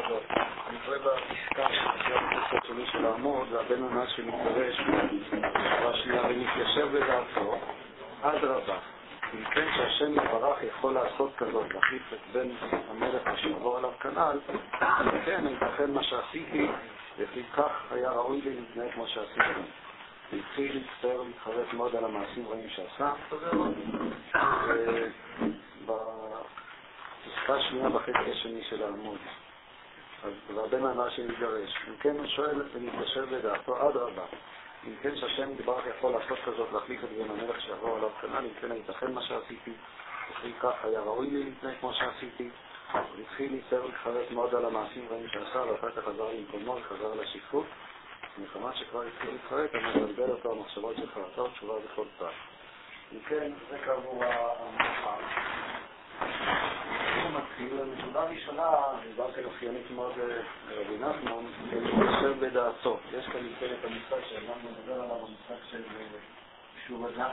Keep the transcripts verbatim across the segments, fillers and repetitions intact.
הזאת. אני רואה בפסקה של שלי של העמוד, והבן הנס שמתגרש, והשנייה ומתיישב בדעתו, עד רבה. אם כן שהשם יברך יכול לעשות כזאת, להחליף את בן המלך ושיעבור עליו כנ"ל, אם כן, ייתכן מה שעשיתי, לפי כך היה ראוי לי להתנהג כמו שעשיתי. והתחיל להצטער ולהתחרט מאוד על המעשים רעים שעשה. בפסקה השנייה בחלק השני של העמוד, והבן הנס שמתגרש, אם כן הוא שואל ומתיישב בדעתו, עד רבה. אם כן שהשם יתברך יכול לעשות כזאת, להחליף את בן המלך שיעבור עליו כנ"ל, אם כן ייתכן מה שעשיתי, לפי כך היה ראוי לי להתנהג כמו שעשיתי. והתחיל להצטער ולהתחרט מאוד על המעשים רעים שעשה, ואחר כך חזר למקומו וחזר לשפרות. מכמה שכבר התחיל להתחרט, אני מבלבל אותו המחשבות של חרטה ותשובה בכל פעם. אם כן, זה כאמור המחר. אנחנו מתחיל לנקודה ראשונה, דיברתי אופיינית מאוד רבי נחמן, להתיישב בדעתו. יש כאן כן את המשחק שאדם מדבר עליו, המשחק של שוב הדעת.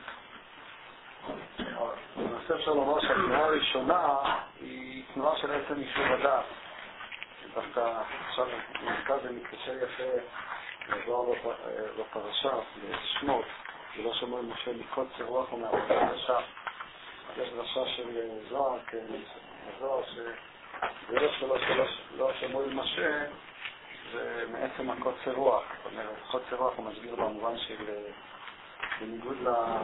למעשה אפשר לומר שהתנועה הראשונה היא תנועה של עצם יישוב הדעת. דווקא עכשיו נזכר ומתקשר יפה לעבור בפרשה, בשמות, ולא שמעו משה מקוצר רוח ומעבודה קשה. יש דרשה של זוהר, זוהר, שזה לא שמעו משה, זה מעצם הקוצר רוח. זאת אומרת, קוצר רוח הוא מסביר במובן של, בניגוד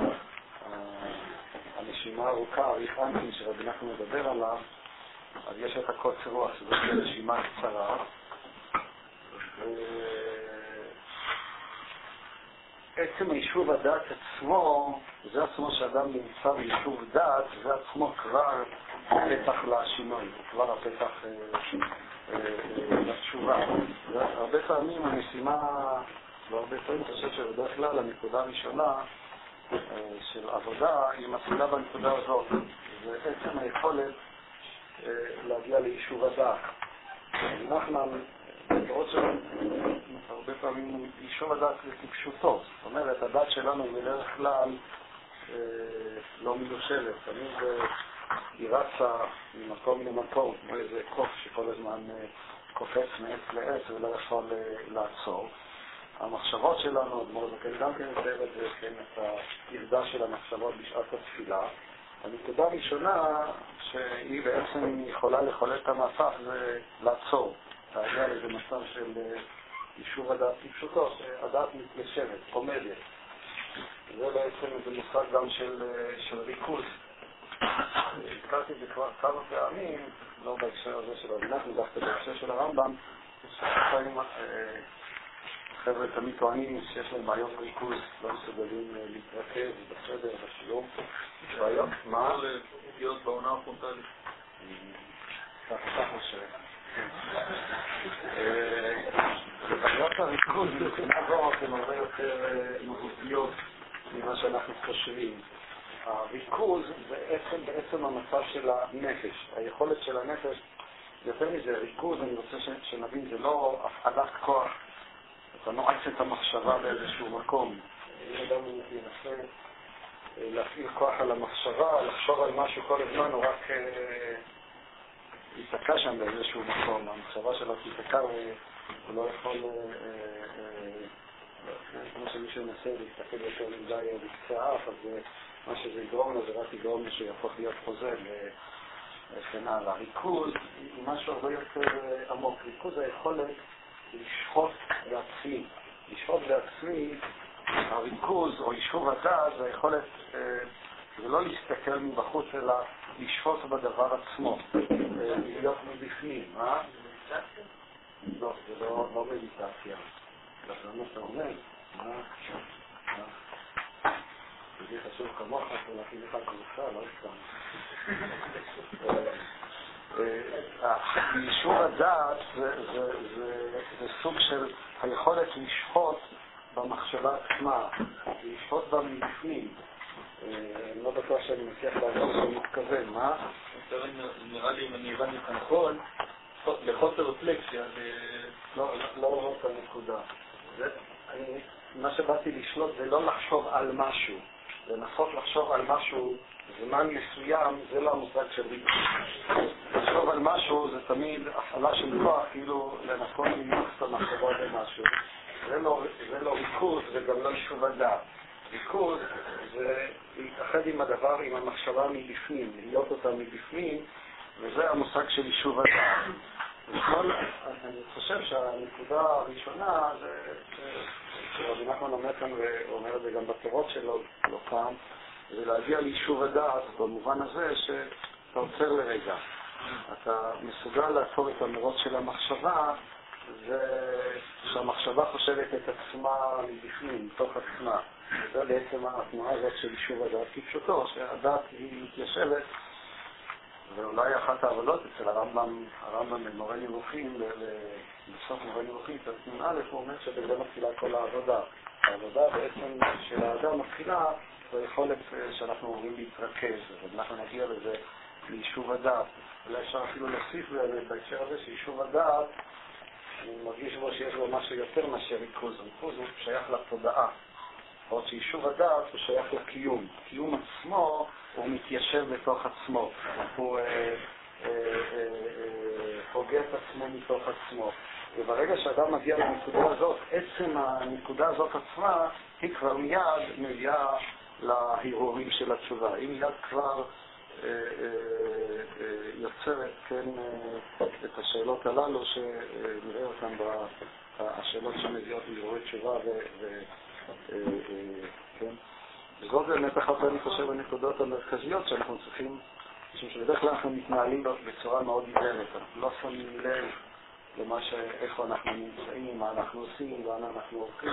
לנשימה הארוכה, אריך אנטין שרבי נחמן מדבר עליו, אז יש את הקוצר רוח, שזאת נשימה קצרה. עצם היישוב הדעת עצמו, זה עצמו שאדם נמצא ביישוב דעת, זה עצמו כבר פתח לשינוי, כבר הפתח לתשובה. הרבה פעמים המשימה, והרבה פעמים אני חושב שבדרך כלל הנקודה הראשונה של עבודה היא מתחילה בנקודה הזאת. זה עצם היכולת להגיע ליישוב הדעת. נחמן, בדעות שלנו, הרבה פעמים יישוב הדעת כפשוטו. זאת אומרת, הדעת שלנו היא בדרך כלל לא מיושבת. תמיד היא רצה ממקום למקום, כמו איזה קוף שכל הזמן קופץ מעץ לעץ ולא יכול לעצור. המחשבות שלנו, אדמור זקן גם כן מתאר את זה, כן, את הירדה של המחשבות בשעת התפילה. הנקודה הראשונה שהיא בעצם יכולה לחולל את המהפך זה לעצור. להגיע לאיזה מצב של יישוב הדעת כפשוטו, שהדעת מתיישבת, עומדת. זה בעצם איזה מושג גם של, של ריכוז. הזכרתי את זה כבר כמה פעמים, לא בהקשר הזה של רבי נחמן, דווקא בהקשר של הרמב"ם, שחיים חבר'ה תמיד טוענים שיש להם בעיות ריכוז, לא מסוגלים להתרכז בסדר, בשיעור. בעיות? מה? להיות בעונה הפרונטלית. ככה, ככה ש... בעיות הריכוז מבחינה זו הן הרבה יותר מהותיות ממה שאנחנו חושבים. הריכוז זה בעצם המצב של הנפש. היכולת של הנפש, יותר מזה, ריכוז, אני רוצה שנבין, זה לא הפעלת כוח. אתה נועץ את המחשבה באיזשהו מקום. אם אדם ינסה להפעיל כוח על המחשבה, לחשוב על משהו כל הזמן, הוא רק ייתקע שם באיזשהו מקום. המחשבה שלו תיתקע והוא לא יכול, כמו שמישהו ינסה להסתכל יותר מדי בקצה האף, אז מה שזה יגרום לו זה רק יגרום לו שיהפוך להיות חוזר וכן הלאה. ריכוז היא משהו הרבה יותר עמוק. ריכוז היכולת לשחוט בעצמי. לשחוט בעצמי, הריכוז או יישוב הדעת זה היכולת, זה לא להסתכל מבחוץ אלא לשחוט בדבר עצמו, להיות מבפנים. מה? לא, זה לא מדיטציה. זה מה שאתה אומר. מה? זה חשוב כמוך, אתה להכין לך קבוצה, לא סתם. יישוב הדעת זה סוג של היכולת לשחוט במחשבה עצמה, לשחוט בה מבפנים. אני לא בטוח שאני מצליח לעזור שאני מתכוון, מה? נראה לי אם אני הבנתי את הנכון, לחוסר רפלקסיה, לא זאת הנקודה. מה שבאתי לשלוט זה לא לחשוב על משהו, לנסות לחשוב על משהו זמן מסוים, זה לא המושג של ריכוז. לחשוב על משהו זה תמיד הפעלה של כוח, כאילו לנסות לנוח את המחשבה במשהו. זה לא, זה לא ריכוז וגם לא יישוב הדעת. ריכוז זה להתאחד עם הדבר, עם המחשבה מבפנים, להיות אותה מבפנים, וזה המושג של יישוב הדעת. וכל, אני חושב שהנקודה הראשונה זה, שרבי נחמן אומר כאן ואומר את זה גם בתורות שלו, לא פעם, זה להגיע ליישוב הדעת במובן הזה שאתה עוצר לרגע. אתה מסוגל לעצור את המרוץ של המחשבה, ושהמחשבה חושבת את עצמה מבפנים, מתוך עצמה. זה בעצם התנועה הזאת של יישוב הדעת כפשוטו, שהדעת היא מתיישבת, ואולי אחת העבודות אצל הרמב"ם, הרמב"ם במורה נבוכים, בסוף מורה נבוכים, פרק נ"א, הוא אומר שבזה מתחילה כל העבודה. העבודה בעצם של האדם מתחילה ביכולת שאנחנו אומרים להתרכז, ואנחנו נגיע לזה ליישוב הדעת. אולי אפשר אפילו להוסיף באמת בהקשר הזה שיישוב הדעת, אני מרגיש בו שיש בו משהו יותר מאשר ריכוז. ריכוז הוא שייך לתודעה. עוד שיישוב הדעת הוא שייך לקיום. קיום עצמו הוא מתיישב בתוך עצמו. הוא אה, אה, אה, אה, פוגע את עצמו מתוך עצמו. וברגע שאדם מגיע לנקודה הזאת, עצם הנקודה הזאת עצמה, היא כבר מיד מביאה להרהורים של התשובה. היא מיד כבר אה, אה, אה, יוצרת, כן, אה, את השאלות הללו שנראה אותן בשאלות שמביאות להרהורי תשובה ו... ו כן. וזאת באמת אחת אני חושב הנקודות המרכזיות שאנחנו צריכים, משום שבדרך כלל אנחנו מתנהלים בצורה מאוד עיוורת, אנחנו לא שמים לב למה ש... איפה אנחנו נמצאים, מה אנחנו עושים, לאן אנחנו הולכים.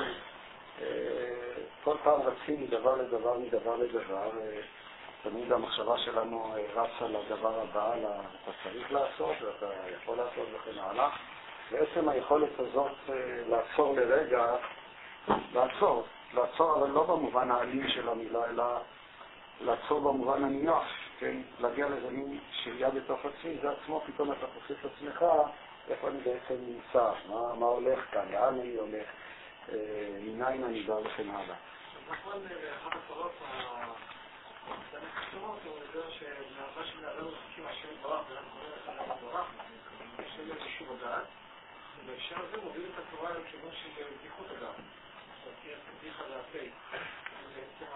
כל פעם רצים מדבר לדבר, מדבר לדבר, תמיד המחשבה שלנו רצה לדבר הבא, אתה צריך לעשות ואתה יכול לעשות וכן הלאה. בעצם היכולת הזאת לעצור לרגע, לעצור, לעצור אבל לא במובן העלים של המילה, אלא לעצור במובן הנינוח, כן? להגיע לזה מין שהייה בתוך עצמי, זה עצמו פתאום אתה חושב את עצמך, איפה אני בעצם נמצא, מה, מה הולך כאן, לאן אני הולך, אה, מניין אני בא וכן הלאה. נכון, אחת התורות, המסתנת התורות, הוא מדבר שמהרבה של האדם מחכים השם ברח, ואנחנו קוראים לך לאדם ברח, יש לזה יישוב הדעת, ובהקשר הזה מוביל את התורה לכיוון של בדיחות הדעת. תהיה תבדיחה והפי. בעצם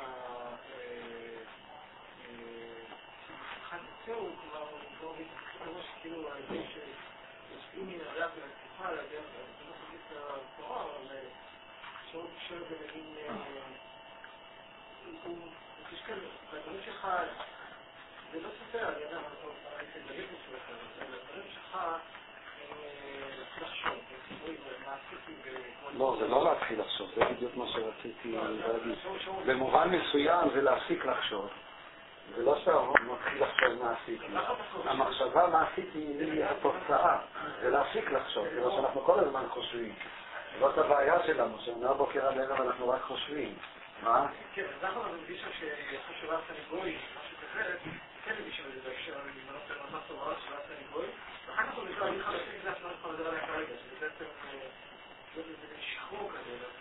אחד יצאו, כלומר, הוא לא שכאילו הידי שיוצאים מן הדעת ולתקיפה, להגיע את התורה, אבל אפשר לקשר את זה להגיד, הוא תשכן, והדברים שלך, זה לא סופר, אני יודע, אני תגלית משלך, הדברים שלך להתחיל לחשוב, לא, זה לא להתחיל לחשוב, זה בדיוק מה שרציתי להגיד. במובן מסוים זה להפסיק לחשוב. זה לא שמתחיל לחשוב מה עשיתי. המחשבה מה עשיתי היא התוצאה, זה להפסיק לחשוב, זה מה שאנחנו כל הזמן חושבים. זאת הבעיה שלנו, שמהבוקר עד ערב אנחנו רק חושבים. מה? כן, אז אנחנו מרגישים שחשובה סניגוי, משהו כזה, כן מרגישים את זה בהקשר, אני מנסה לומר טובה, ששובה סניגוי, ואחר כך הוא נקרא, אני חלק את זה, אנחנו לא לדבר עליה כרגע, שזה בעצם, זה שחרור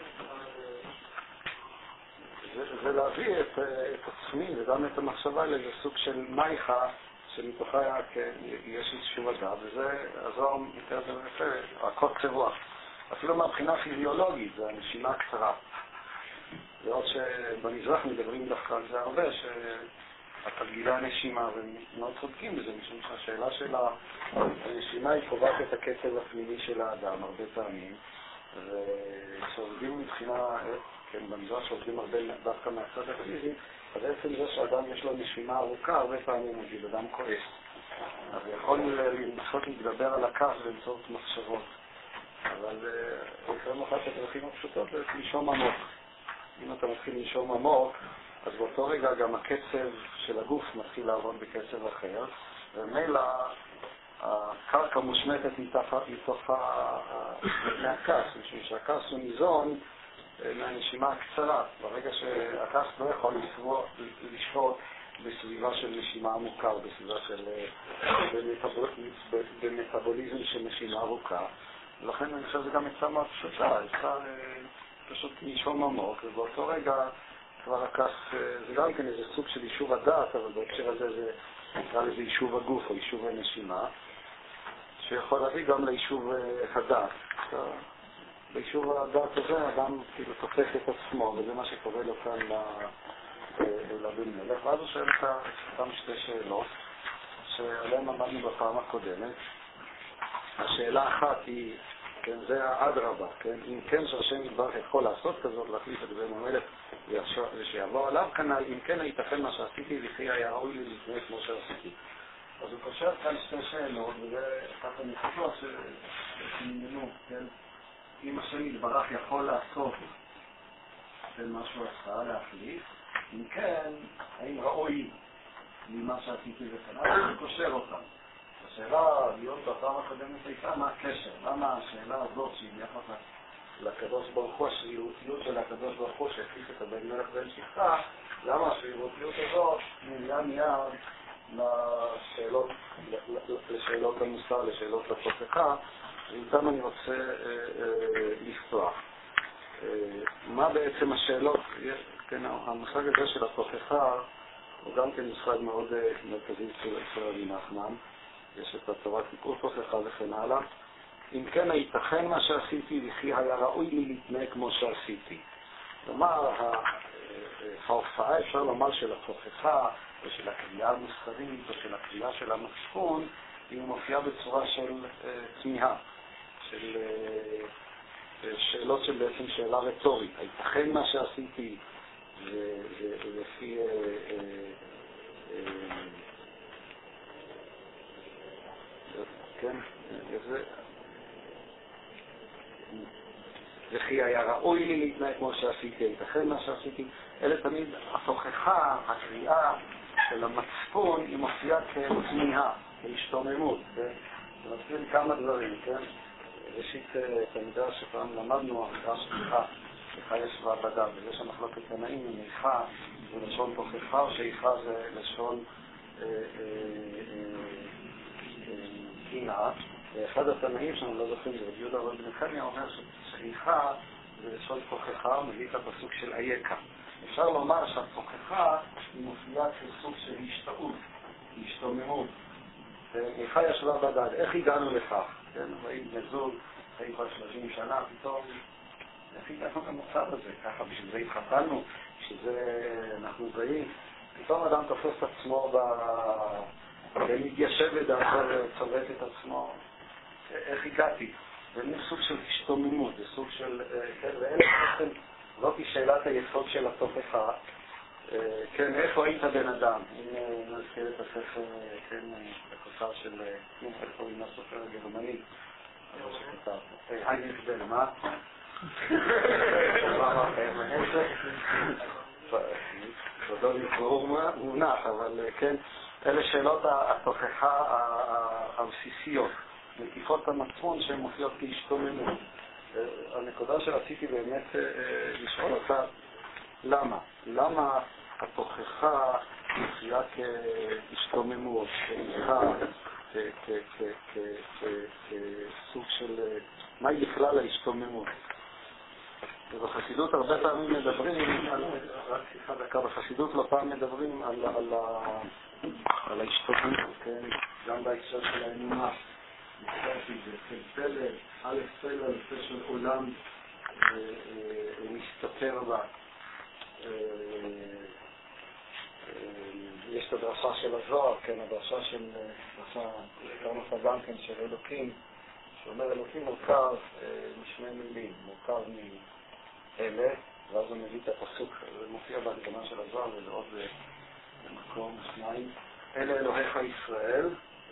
כזה, זה להביא את עצמי וגם את המחשבה לאיזה סוג של מייכה שמתוכה יש יישוב הדעת, וזה עזור יותר ויפה, הקוצר רוח. אפילו מהבחינה פיזיולוגית, זה הנשימה קצרה. ועוד שבמזרח מדברים דווקא על זה הרבה, שהתרגילי הנשימה, ומאוד צודקים בזה, משום שהשאלה של הנשימה היא קובעת את הקצב הפנימי של האדם הרבה פעמים, ושעובדים מבחינה, כן, במזרח שעובדים הרבה דווקא מהצד הפיזי, אז בעצם זה שאדם יש לו נשימה ארוכה, הרבה פעמים נגיד, אדם כועס. אז יכול לנסות להתגבר על הכעס באמצעות מחשבות. אבל לפעמים אחת הדרכים הפשוטות זה לנשום עמוק. אם אתה מתחיל לנשום עמוק, אז באותו רגע גם הקצב של הגוף מתחיל לעבוד בקצב אחר, ומילא הקרקע מושמטת מתוך מהכעס, משום שהכעס הוא ניזון מהנשימה הקצרה. ברגע שהכעס לא יכול לשפוט בסביבה של נשימה עמוקה, בסביבה של במטאבוליזם של נשימה ארוכה, ולכן אני חושב שזה גם עצה מאוד פשוטה, אפשר פשוט לנשום עמוק, ובאותו רגע כבר הכעס, זה גם כן איזה סוג של יישוב הדעת, אבל בהקשר הזה זה נקרא לזה יישוב הגוף או יישוב הנשימה, שיכול להביא גם ליישוב הדעת. ביישוב הדעת הזה אדם כאילו תופס את עצמו, וזה מה שקורה לו כאן לבן מלך. ואז הוא שואל את אותם שתי שאלות שעליהן עמדנו בפעם הקודמת. השאלה אחת היא, כן, זה האדרבה, כן, אם כן שהשם יתברך יכול לעשות כזאת, להחליף את בן המלך ושיעבור עליו כנ"ל, אם כן הייתכן מה שעשיתי וכי היה ראוי לי להתנהג כמו שעשיתי. אז הוא קושר כאן שתי שאלות, וזה אחת הנקודות שעניינו, כן, אם השם יתברך יכול לעשות בין מה שהוא עשה להחליף, אם כן, האם ראוי ממה שעשיתי וכנ"ל, אז הוא קושר אותם. השאלה להיות בפעם הקודמת הייתה מה הקשר, למה השאלה הזאת שהיא ביחס לקדוש ברוך הוא, השרירותיות של הקדוש ברוך הוא שהחליף את הבן מלך בן שפחה, למה השרירותיות הזאת מביאה מיד לשאלות, לשאלות המוסר, לשאלות התוכחה, ואיתם אני רוצה אה, אה, לפתוח. אה, מה בעצם השאלות, כן, המושג הזה של התוכחה הוא גם כן מושג מאוד אה, מרכזי של רבי נחמן. יש את התורת תיקור תוכחה וכן הלאה. אם כן הייתכן מה שעשיתי וכי היה ראוי לי להתנהג כמו שעשיתי. כלומר, ההופעה אפשר לומר של התוכחה או של הקריאה המוסרית או של הקריאה של המצפון, היא מופיעה בצורה של תמיהה, של שאלות של בעצם שאלה רטורית. הייתכן מה שעשיתי ולפי כן, זה וכי היה ראוי לי להתנהג כמו שעשיתי, ייתכן מה שעשיתי. אלה תמיד התוכחה, הקריאה של המצפון היא מופיעה כתמיהה, כהשתוממות. זה מזכיר כמה דברים, כן? ראשית, תמידה שפעם למדנו, המדרש איכה, איכה יש בעבדה, ויש המחלוקת תנאים עם איכה, זה לשון תוכחה, או שאיכה זה לשון קנאה. ואחד התנאים שאנחנו לא זוכרים, זה רבי יהודה רבי נחמיה, אומר שאיכה זה לשון תוכחה, מביא את הפסוק של אייכה. אפשר לומר שהתוכחה היא מופיעה כסוג של השתאות, השתוממות. איכה ישבה בדד, איך הגענו לכך? כן, ראים נזול, חיים כבר שלושים שנה, פתאום, איך הגענו למצב הזה? ככה, בשביל זה התחתנו, בשביל זה אנחנו באים. פתאום אדם תופס את עצמו ומתיישב בדעתו וצובט את עצמו. איך הגעתי? זה מין סוג של השתוממות, זה סוג של... ואלה בעצם, זאת היא שאלת היסוד של התוכחה. כן, איפה היית בן אדם? אם נזכיר את הספר, כן, הכוסר של... איפה קוראים לסופר הגרמני? היינריך בל, מה? עוד לא נקראו מונח, אבל כן, אלה שאלות התוכחה הבסיסיות, מקיפות המצפון שהן מופיעות כהשתוממות. הנקודה שרציתי באמת לשאול אותה, למה? למה התוכחה מופיעה כהשתוממות, כאיכה, כסוג של... מהי בכלל ההשתוממות? ובחסידות הרבה פעמים מדברים, רק שיחה דקה, בחסידות לא פעם מדברים על, על, על ההשתוממות, כן? גם בהקשר של האמונה. נזכרתי זה פלא, א' פלא, אלפי של עולם מסתתר בה. יש את הדרשה של הזוהר, כן, הדרשה של, קראנו אותה גם כן, של אלוקים, שאומר אלוקים מורכב משני מילים, מורכב מאלה, ואז הוא מביא את הפסוק, זה מופיע בהקדמה של הזוהר, וזה עוד במקום שניים, אלה אלוהיך ישראל,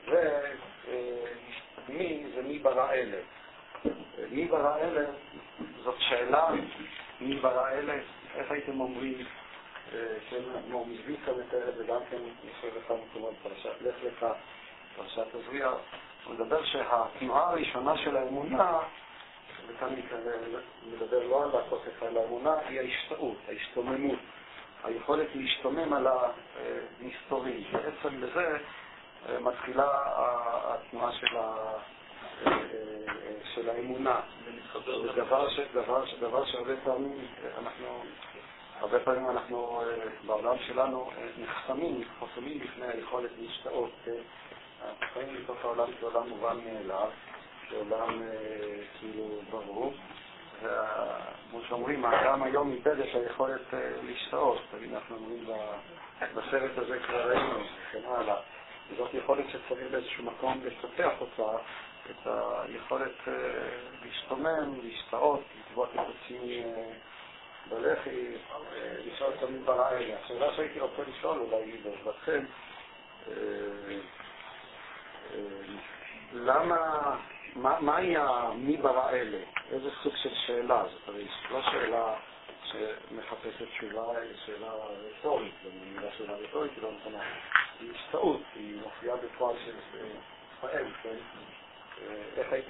ומי זה מי ברא אלה. מי ברא אלה, זאת שאלה, מי ברא אלה, איך הייתם אומרים, כן, כמו מזוויצה מתארת, וגם כן יושב לך מקומות פרשת, לך לך, פרשת עזריה, הוא מדבר שהתנועה הראשונה של האמונה, וכאן מדבר לא על התוכחה, על האמונה, היא ההשתאות, ההשתוממות, היכולת להשתומם על המסתורים. בעצם בזה מתחילה התנועה של, ה, של האמונה. זה דבר, ש, דבר, ש, דבר שהרבה פעמים אנחנו, הרבה פעמים אנחנו בעולם שלנו נחסמים, חסומים בפני היכולת להשתאות. אנחנו חיים מתוך העולם כעולם מובן מאליו, כעולם כאילו ברור. כמו שאומרים, האדם היום איבד את היכולת להשתאות. תמיד אנחנו אומרים בסרט הזה כבר ראינו, וכן הלאה. וזאת יכולת שצריך באיזשהו מקום לפתח אותה, את היכולת להשתומם, להשתאות, לתבוע קיבוצים בלחי, לשאול את המי ברא אלה. השאלה שהייתי רוצה לשאול, אולי בעזרתכם, למה, מהי המי ברא אלה? איזה סוג של שאלה? זאת אומרת, לא שאלה שמחפשת תשובה, היא שאלה רטורית, במילה שאלה רטורית היא לא נכונה. היא השתאות, היא מופיעה בפועל של ישראל, כן? איך הייתם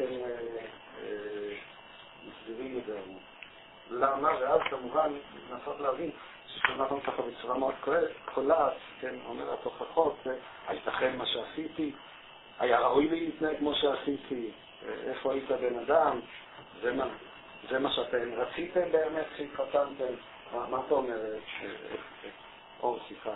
מסבירים את זה? למה? ואז כמובן לנסות להבין ששמעתם ככה בצורה מאוד קולעת, כן, אומר התוכחות, הייתכן מה שעשיתי, היה ראוי לי להתנהג כמו שעשיתי, איפה היית בן אדם, זה מה, זה מה שאתם רציתם באמת כשהתחתנתם, מה, מה אתה אומר? אור, סליחה.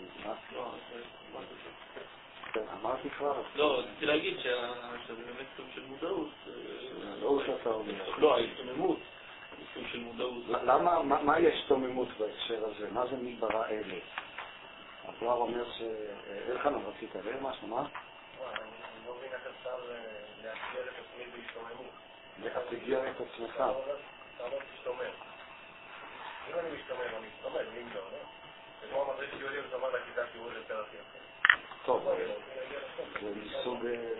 כן, אמרתי כבר. לא, רציתי להגיד שזה באמת סוג של מודעות. לא שאתה אומר. לא, ההתוממות. סוג של מודעות. למה, מה, מה יש תוממות בהקשר הזה? מה זה מי ברא אלה? התואר אומר ש... איך אני רצית עליהם משהו, מה? אני לא מבין איך אפשר לאתגר את עצמי בהשתוממות. לאתגר את עצמך. אתה לא תשתומם. אם אני משתומם, אני משתומם, אם לא, לא? זה כמו המדריך שיולי וזמר לכיתה שהוא יותר הכי אחר. טוב, זה מסוג...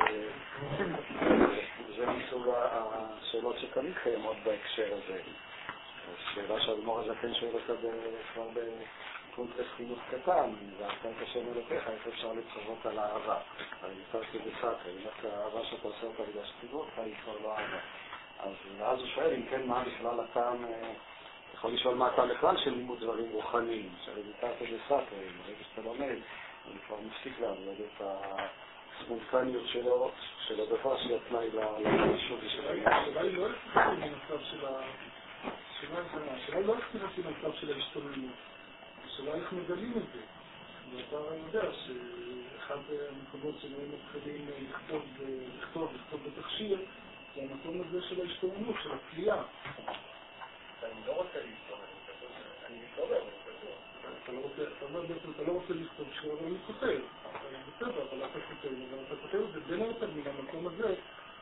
זה מסוג השאלות שכאן קיימות בהקשר הזה. השאלה שהאדמו"ר הזקן שואל אותה כבר בקונטרס חינוך קטן, ואתה קשה מלוקיך, איך אפשר לצוות על האהבה. אני נתרתי בסקר, אם את האהבה שאתה עושה אותה בגלל שתיגעו אותך, היא כבר לא אהבה. אז הוא שואל, אם כן, מה בכלל הטעם... יכול לשאול מה הטעם בכלל של לימוד דברים רוחניים, שאני נתרתי בסקר, ברגע שאתה לומד, אני כבר מפסיק לעבוד את הספונטניות שלו, של הדבר שהיא התנאי לרשות של העניין. השאלה היא לא לפתחתי במצב של ה... השאלה היא לא לפתחתי במצב של ההשתוממות. השאלה איך מגלים את זה. ואתה יודע שאחד המקומות שבהם מתחילים לכתוב, לכתוב, לכתוב בתכשיר, זה המקום הזה של ההשתוממות, של הכלייה. אני לא רוצה להשתומם, אני משתומם, אני כתוב. אתה אומר בעצם, אתה לא רוצה לכתוב שיר, אבל אני כותב. אבל בסדר, אבל אתה כותב, אבל אתה כותב את זה בין היתר מן המקום הזה,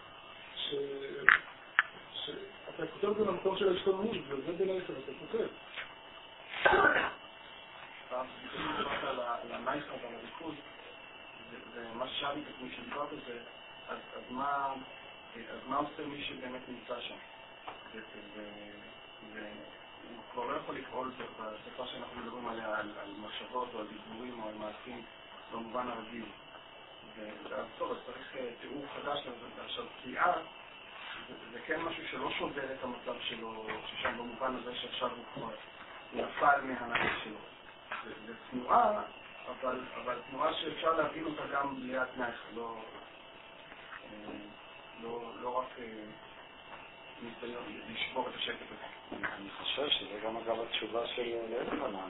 שאתה כותב את זה למקום של ההשתוממות, וזה בין היתר, אתה כותב. פעם, כשאני דיברת על הנייחה ועל הליכוד, ומה ששאלתי את עצמי שדיברת על זה, אז מה עושה מי שבאמת נמצא שם? הוא כבר לא יכול לקרוא לזה בשפה שאנחנו מדברים עליה, על מחשבות או על דיבורים או על מעשים במובן הרגיל. ואז טוב, אז צריך תיאור חדש לזה. עכשיו, פגיעה זה כן משהו שלא שובר את המצב שלו, ששם במובן הזה שעכשיו הוא כבר נפל מהנהג שלו. זה תנועה, אבל, אבל תנועה שאפשר להבין אותה גם בלי התנאי, לא, לא, לא רק ניסיון לשבור את השקט הזה. אני חושב שזה גם אגב התשובה של אלחנן.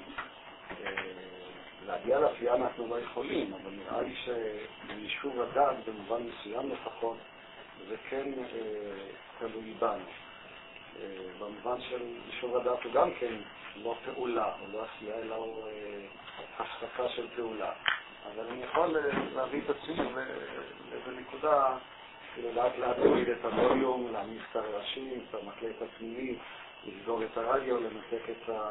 להגיע לאפייה אנחנו לא יכולים, אבל נראה לי שביישוב הדעת, במובן מסוים לפחות, זה כן תלוי בנו. במובן של יישוב הדעת הוא גם כן לא פעולה, או לא עשייה, אלא הוא הפסקה של פעולה. אבל אני יכול להביא את עצמי לאיזו נקודה, כאילו לאט לאט להוריד את הווליום, להעמיס את הרעשים, את המקלט הפנימי, לסגור את הרדיו, לנתק את ה...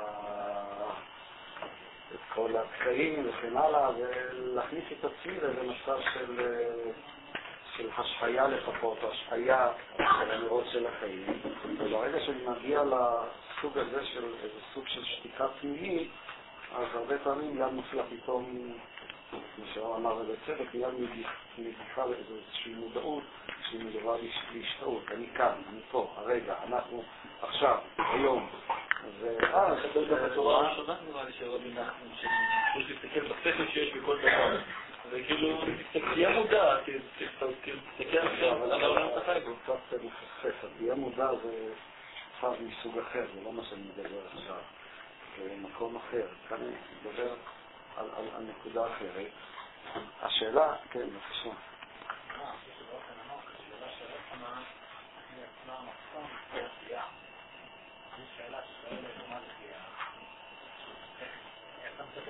את כל הקטעים וכן הלאה, ולהכניס את עצמי לאיזה מצב של, של השהיה לפחות, השהיה של האמירות של החיים. וברגע שאני מגיע לסוג הזה של איזה סוג של שתיקה פנימית, אז הרבה פעמים גם מופיע פתאום, כמו שהוא אמר בצדק, מיד מדיחה לאיזושהי מודעות שהיא מדובר להשתאות. אני כאן, אני פה, הרגע, אנחנו עכשיו, היום. אה, אתה יודע בצורה הראשונה נראה לי שרבי נחמן, שפשוט להסתכל בשכל שיש בכל דבר. וכאילו, תהיה מודע, תסתכל עכשיו על העולם אתה חי בו. קצת מחסף, תהיה מודע זה צו מסוג אחר, זה לא מה שאני מדבר עכשיו. זה מקום אחר, כאן אני מדבר על נקודה אחרת. השאלה, כן, בבקשה.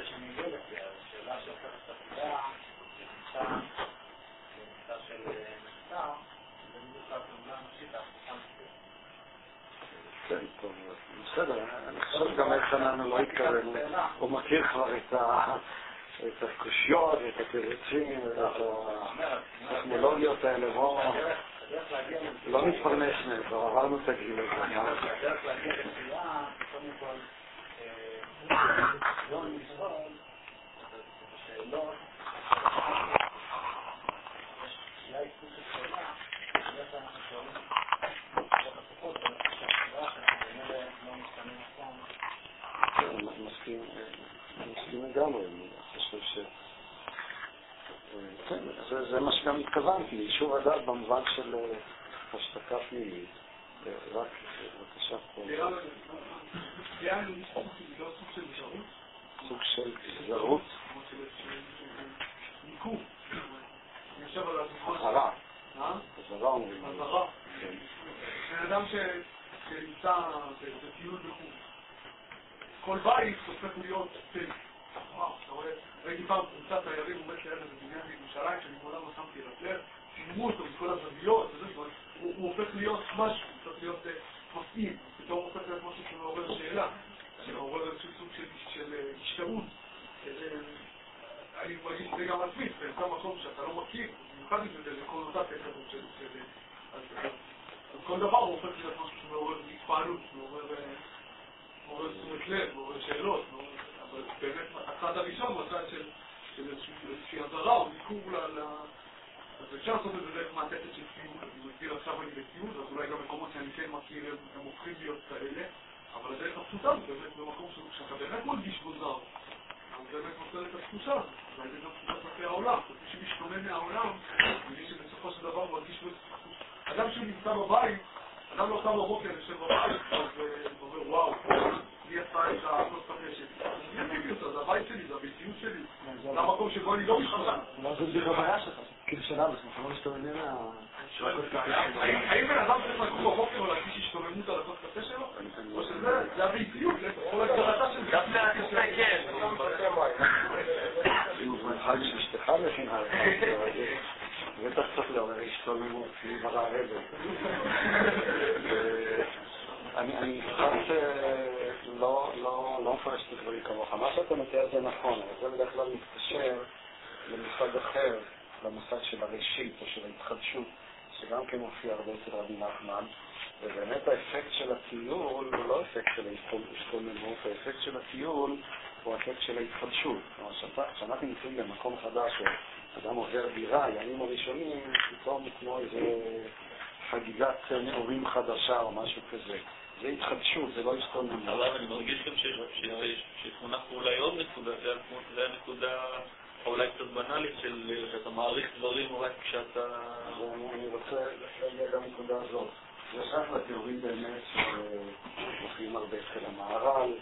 הנושא שנגלת, השאלה של חלק תפילה, שנמצא, שנמצא של נמצא, זה בדיוק הפעולה הנפשית, ההפכה מסתכל. כן, טוב, בסדר, אני חושב גם איך שלנו לא התכוון, הוא מכיר כבר את הקושיות ואת התירוצים ואת הטכנולוגיות האלה, לא נתפרנס מהם, כבר עברנו את הגיל הזה. הדרך להגיע לתפילה, קודם כל, לא נשאול את השאלות, יש סוג של שאלה, בדרך כלל אנחנו שואלים את הפחות, מסכים לגמרי, אני חושב ש... כן, זה מה שגם התכוונתי, יישוב הדעת במובן של השתקה פנימית, רק בבקשה פה. סוג של זרות? מיקום. אני חושב על הזכות. חזרה. חזרה אומרים. חזרה. בן אדם שנמצא בטיול בחוץ. כל בית הופך להיות תל. וואו, אתה רואה, ראיתי פעם קבוצת תיירים עומד ליד איזה בניין בירושלים, שאני מעולם לא שמתי לב, צילמו אותו מכל הזוויות, הוא הופך להיות משהו, הוא הופך להיות מפעים, פתאום הוא הופך להיות משהו שמעורר שאלה, שמעורר איזשהו סוג של השתאות. אני מרגיש את זה גם עצמי, זה נמצא מקום שאתה לא מכיר, במיוחד עם זה לקונוטציה כזאת של... אז כל דבר הוא הופך להיות משהו שמעורר התפעלות, מעורר... מעורר תשומת לב, מעורר שאלות, אבל באמת הצד הראשון הוא הצד של איזושהי עזרה או ניכור ל... אז אפשר לעשות את זה דרך מעטפת של טיול, אני מכיר עכשיו אני בטיול, אז אולי גם מקומות שאני כן מכיר הם הופכים להיות כאלה, אבל הדרך הפשוטה זה באמת במקום שאתה באמת מרגיש בו זר, אז באמת נותן את התחושה, ואולי זה גם תחושה כלפי העולם, מי שמשתומם מהעולם, מי שבסופו של דבר מרגיש בו אדם שנמצא בבית, אדם לא קם בבוקר יושב בבית, אז הוא אומר, וואו, מי עשה את הכוס קפה שלי? אני מביא אותה, זה הבית שלי, זה הביתיות שלי, זה המקום שבו אני לא משתומם. לא, זה בדיוק הבעיה שלך, כאילו שלנו, אנחנו לא משתוממים מה... האם בן אדם צריך לקום בבוקר או להרגיש השתוממות על הכוס קפה שלו? או שזה, זה הביתיות, כל הגדרתה של זה. דווקא הקפה כן. זה חג שאשתך מכינה לך, בטח צריך לעורר השתוממות, להיברא הרבל. אני קצת לא מפרש את הדברים כמוך. מה שאתה מתאר זה נכון, אבל זה בדרך כלל מתקשר למושג אחר, למושג של הראשית או של ההתחדשות, שגם כן מופיע הרבה אצל רבי נחמן, ובאמת האפקט של הטיול הוא לא אפקט של ההשתוממות, האפקט של הטיול הוא האפקט של ההתחדשות. כלומר, כשאנחנו נמצאים במקום חדש שאדם עובר דירה, הימים הראשונים, פתאום כמו איזה חגיגת נעורים חדשה או משהו כזה. זה התחדשות, זה לא השתוממות. אבל אני מרגיש גם שתמונה פה אולי עוד נקודה, זה הנקודה אולי קצת בנאלית של שאתה מעריך דברים רק כשאתה... אני רוצה להגיע גם נקודה הזאת. זה שייך לתיאורים באמת שמופיעים הרבה אצל המהר"ל,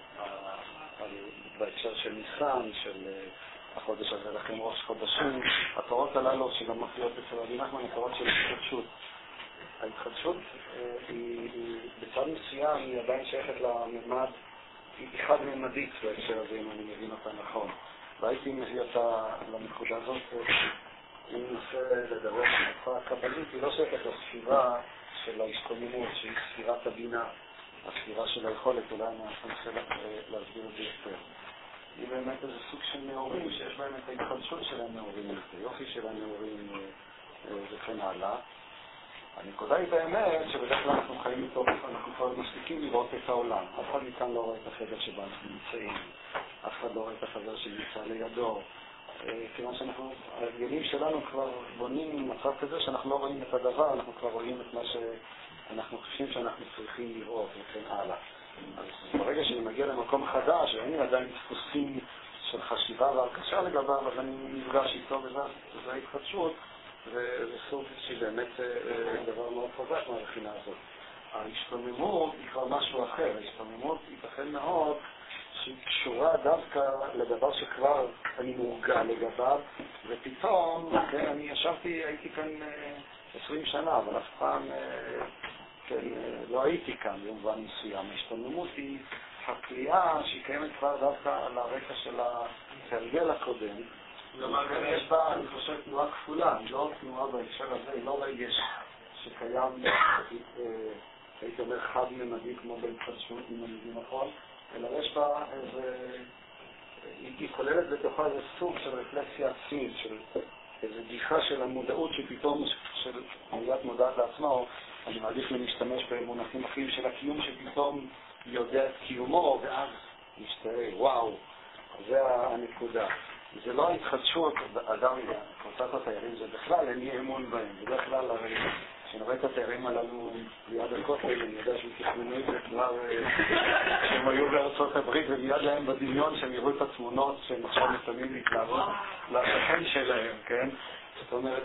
בהקשר של ניסן, של החודש הזה לכם ראש חודשים, התורות הללו שגם מופיעות אצל רבי נחמן, התורות של התחדשות. ההתחדשות היא בצד מסוים, היא עדיין שייכת לממד, היא חד-ממדית בהקשר הזה, אם אני מבין אותה נכון. והייתי מביא אותה לנקודה הזאת, אם ננסה לדבר על התופעה הקבלית, היא לא שייכת לספירה של ההשתוממות, שהיא ספירת הבינה, הספירה של היכולת, אולי אני אנסה להסביר את זה יותר. היא באמת איזה סוג של נאורים, שיש בהם את ההתחדשות של הנאורים, את היופי של הנאורים וכן הלאה. הנקודה היא באמת שבדרך כלל אנחנו חיים איתו, אנחנו כבר מספיקים לראות את העולם. אף אחד מכאן לא רואה את החדר שבה אנחנו נמצאים, אף אחד לא רואה את החבר שנמצא לידו. כיוון שאנחנו, ההרגלים שלנו כבר בונים מצב כזה שאנחנו לא רואים את הדבר, אנחנו כבר רואים את מה שאנחנו חושבים שאנחנו צריכים לראות וכן הלאה. אז ברגע שאני מגיע למקום חדש, ואין לי עדיין דפוסים של חשיבה והרכשה לגביו, אז אני נפגש איתו וזה ההתחדשות. וזה סוג שהיא באמת דבר מאוד חזק מהבחינה הזאת. ההשתוממות היא כבר משהו אחר. ההשתוממות ייתכן מאוד שהיא קשורה דווקא לדבר שכבר אני מורגל לגביו, ופתאום, כן, אני ישבתי, הייתי כאן עשרים שנה, אבל אף פעם כן, לא הייתי כאן במובן מסוים. ההשתוממות היא הקליעה שהיא קיימת כבר דווקא על הרקע של ההרגל הקודם, ולכן יש בה, אני חושב, תנועה כפולה, היא לא תנועה בהקשר הזה, היא לא רגש שקיים, הייתי אומר חד-ממדי כמו בהתחדשות, אם אני מבין נכון, אלא יש בה איזה, היא כוללת בתוכה איזה סוג של רפלקסיה עצמית, של איזו גיחה של המודעות שפתאום, של מודעת מודעת לעצמה, או אני מעדיף להשתמש במונחים אחרים של הקיום שפתאום יודע את קיומו, ואז משתראה, וואו, זה הנקודה. זה לא ההתחדשות, אדם, קבוצת התיירים, זה בכלל אין לי אמון בהם. בדרך כלל, כשאני רואה את התיירים הללו ליד הכותל, אני יודע שהם תכננו את זה כבר, שהם היו בארצות הברית, ומיד להם בדמיון שהם יראו את התמונות שהם עכשיו מתאמים להתלהבות לשכן שלהם, כן? זאת אומרת,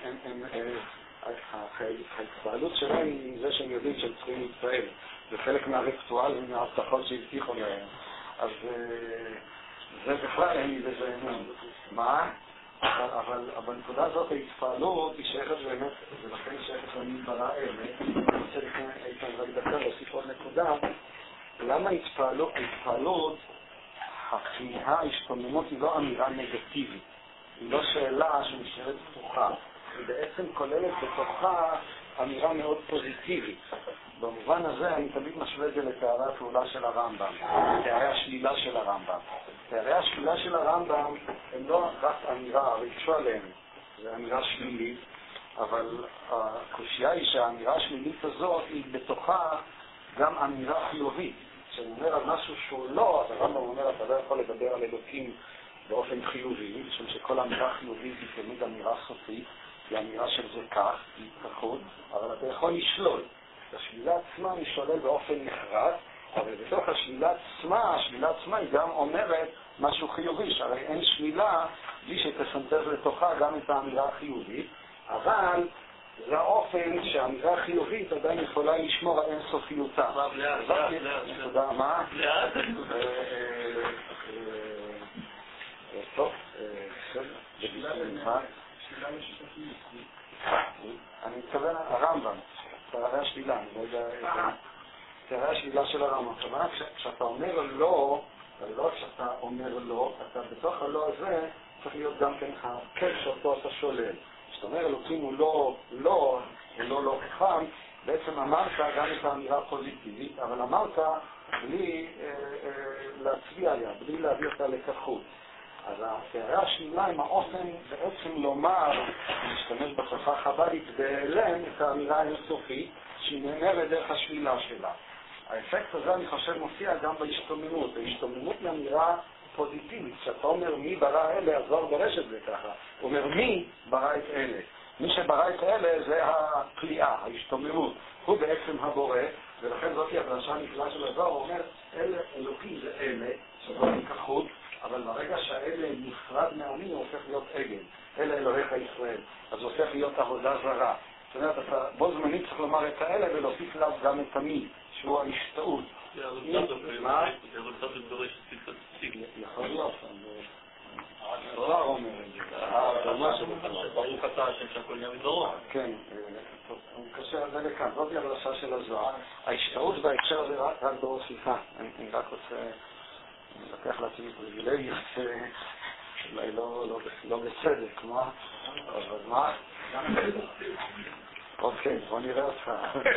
ההתפעלות שלהם היא זה שהם יודעים שהם צריכים להתפעל. זה חלק מהריטואל ומההבטחות שהבטיחו להם. אז זה בכלל אין לי בזה אמון. מה? אבל בנקודה הזאת ההתפעלות היא שייכת באמת, ולכן היא שייכת למין ברא אמת. אני רוצה לפני איתן רק דקה להוסיף עוד נקודה. למה ההתפעלות, ההתפעלות, הכמיהה, ההשתוממות היא לא אמירה נגטיבית. היא לא שאלה שנשארת פתוחה. היא בעצם כוללת בתוכה אמירה מאוד פוזיטיבית. במובן הזה אני תמיד משווה את זה לתארי הפעולה של הרמב"ם, תארי השלילה של הרמב"ם. תארי השלילה של הרמב"ם הם לא רק אמירה, ריגשו עליהם, זה אמירה שלילית, אבל הקושיה היא שהאמירה השלילית הזאת היא בתוכה גם אמירה חיובית. כשאני אומר על משהו שהוא לא, אז הרמב"ם אומר, אתה לא יכול לדבר על אלוקים באופן חיובי, משום שכל אמירה חיובית היא תמיד אמירה סופית, היא אמירה של זה כך, היא התפתחות, אבל אתה יכול לשלול. השלילה עצמה היא שולל באופן נחרץ, אבל בתוך השלילה עצמה, השלילה עצמה היא גם אומרת משהו חיובי, שהרי אין שלילה בלי שתסנטז לתוכה גם את האמירה החיובית, אבל זה האופן שהאמירה החיובית עדיין יכולה לשמור על אינסופיותה. לאט, לאט, לאט. תודה, מה? לאט. טוב, בסדר. אני מתכוון הרמב"ם. תארי השלילה, אני לא יודע, תארי השלילה של הרמב"ם. כלומר, כשאתה אומר לא, לא כשאתה אומר לא, אתה בתוך הלא הזה צריך להיות גם כן הכיף שאותו אתה שולל. כשאתה אומר אלוקים הוא לא, לא, הוא לא לא חכם, בעצם אמרת גם את האמירה הפוזיטיבית, אבל אמרת בלי אה, אה, להצביע עליה, בלי להביא אותה לכחות. אז התארי השלילה עם האופן בעצם לומר, להשתמש בשפה חב"דית, בהיעלם את האמירה האינסופית שהיא נאמרת דרך השלילה שלה. האפקט הזה אני חושב מופיע גם בהשתוממות. ההשתוממות היא אמירה פוזיטיבית. כשאתה אומר מי ברא אלה, אז לא דורש את זה ככה. הוא אומר מי ברא את אלה. מי שברא את אלה זה הפליאה, ההשתוממות. הוא בעצם הבורא, ולכן זאת היא הדרשה הנפלאה של הזוהר. הוא אומר, אלה אלוקים זה אלה, שזאת כחות, אבל ברגע שהאלה נפרד מעמי הוא הופך להיות עגל. אלה אלוהיך ישראל. אז הוא הופך להיות עבודה זרה. זאת אומרת, אתה בו זמנית צריך לומר את האלה ולהוסיף לה גם את המי, שהוא ההשתאות. מה? יכול להיות. הזוהר אומר את זה. ברוך אתה השם שהכל נהיה מדברו. כן, טוב, אני מקשר את זה לכאן. זאת היא הדרשה של הזוהר. ההשתאות בהקשר הזה רק דור סליחה. אני רק רוצה... אני לקח לעצמי פריבילגיה, אולי לא בצדק, מה? אבל מה? אוקיי, בוא נראה אותך.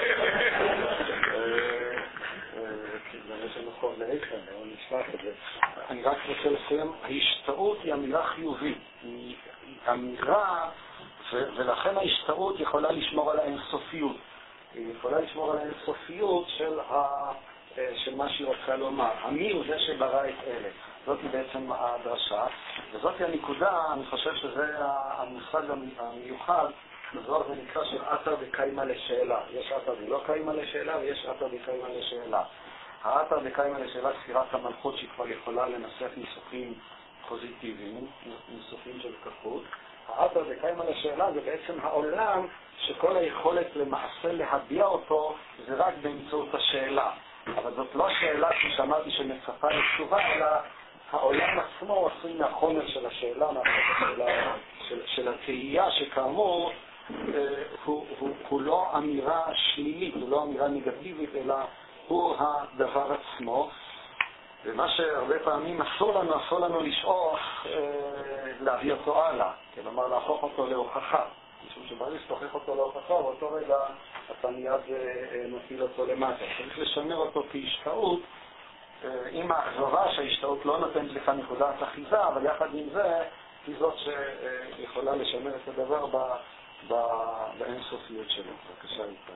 יש לנו חוב לאיכן, בוא נשלח את זה. אני רק רוצה לסיים, ההשתאות היא אמירה חיובית. היא אמירה, ולכן ההשתאות יכולה לשמור על האינסופיות. היא יכולה לשמור על האינסופיות של ה... של מה שהיא רוצה לומר. המי הוא זה שברא את אלה. זאת היא בעצם הדרשה, וזאת היא הנקודה, אני חושב שזה המושג המיוחד, בזוהר זה נקרא של עתה וקיימה לשאלה. יש עתה ולא קיימה לשאלה, ויש עתה וקיימה לשאלה. העתה וקיימה לשאלה, ספירת המלכות שהיא כבר יכולה לנסח ניסוחים פוזיטיביים, ניסוחים של כחות. העתה וקיימה לשאלה זה בעצם העולם שכל היכולת למעשה להביע אותו זה רק באמצעות השאלה. אבל זאת לא שאלה ששמעתי שמצפה לתשובה, אלא העולם עצמו עשוי מהחומר של השאלה, מהחומר של, של התהייה, שכאמור הוא, הוא, הוא לא אמירה שלילית, הוא לא אמירה נגטיבית, אלא הוא הדבר עצמו. ומה שהרבה פעמים אסור לנו, אסור לנו לשאוף אה, להביא אותו הלאה, כלומר להפוך אותו להוכחה. משום שברגע שתוכיח אותו להוכחה, באותו רגע אתה מיד אה, מפיל אותו למטה. צריך לשמר אותו כהשתאות, אה, עם האכזבה שההשתאות לא נותנת לך נקודת אחיזה, אבל יחד עם זה, היא זאת שיכולה לשמר את הדבר ב, ב, באינסופיות שלו. בבקשה איתן.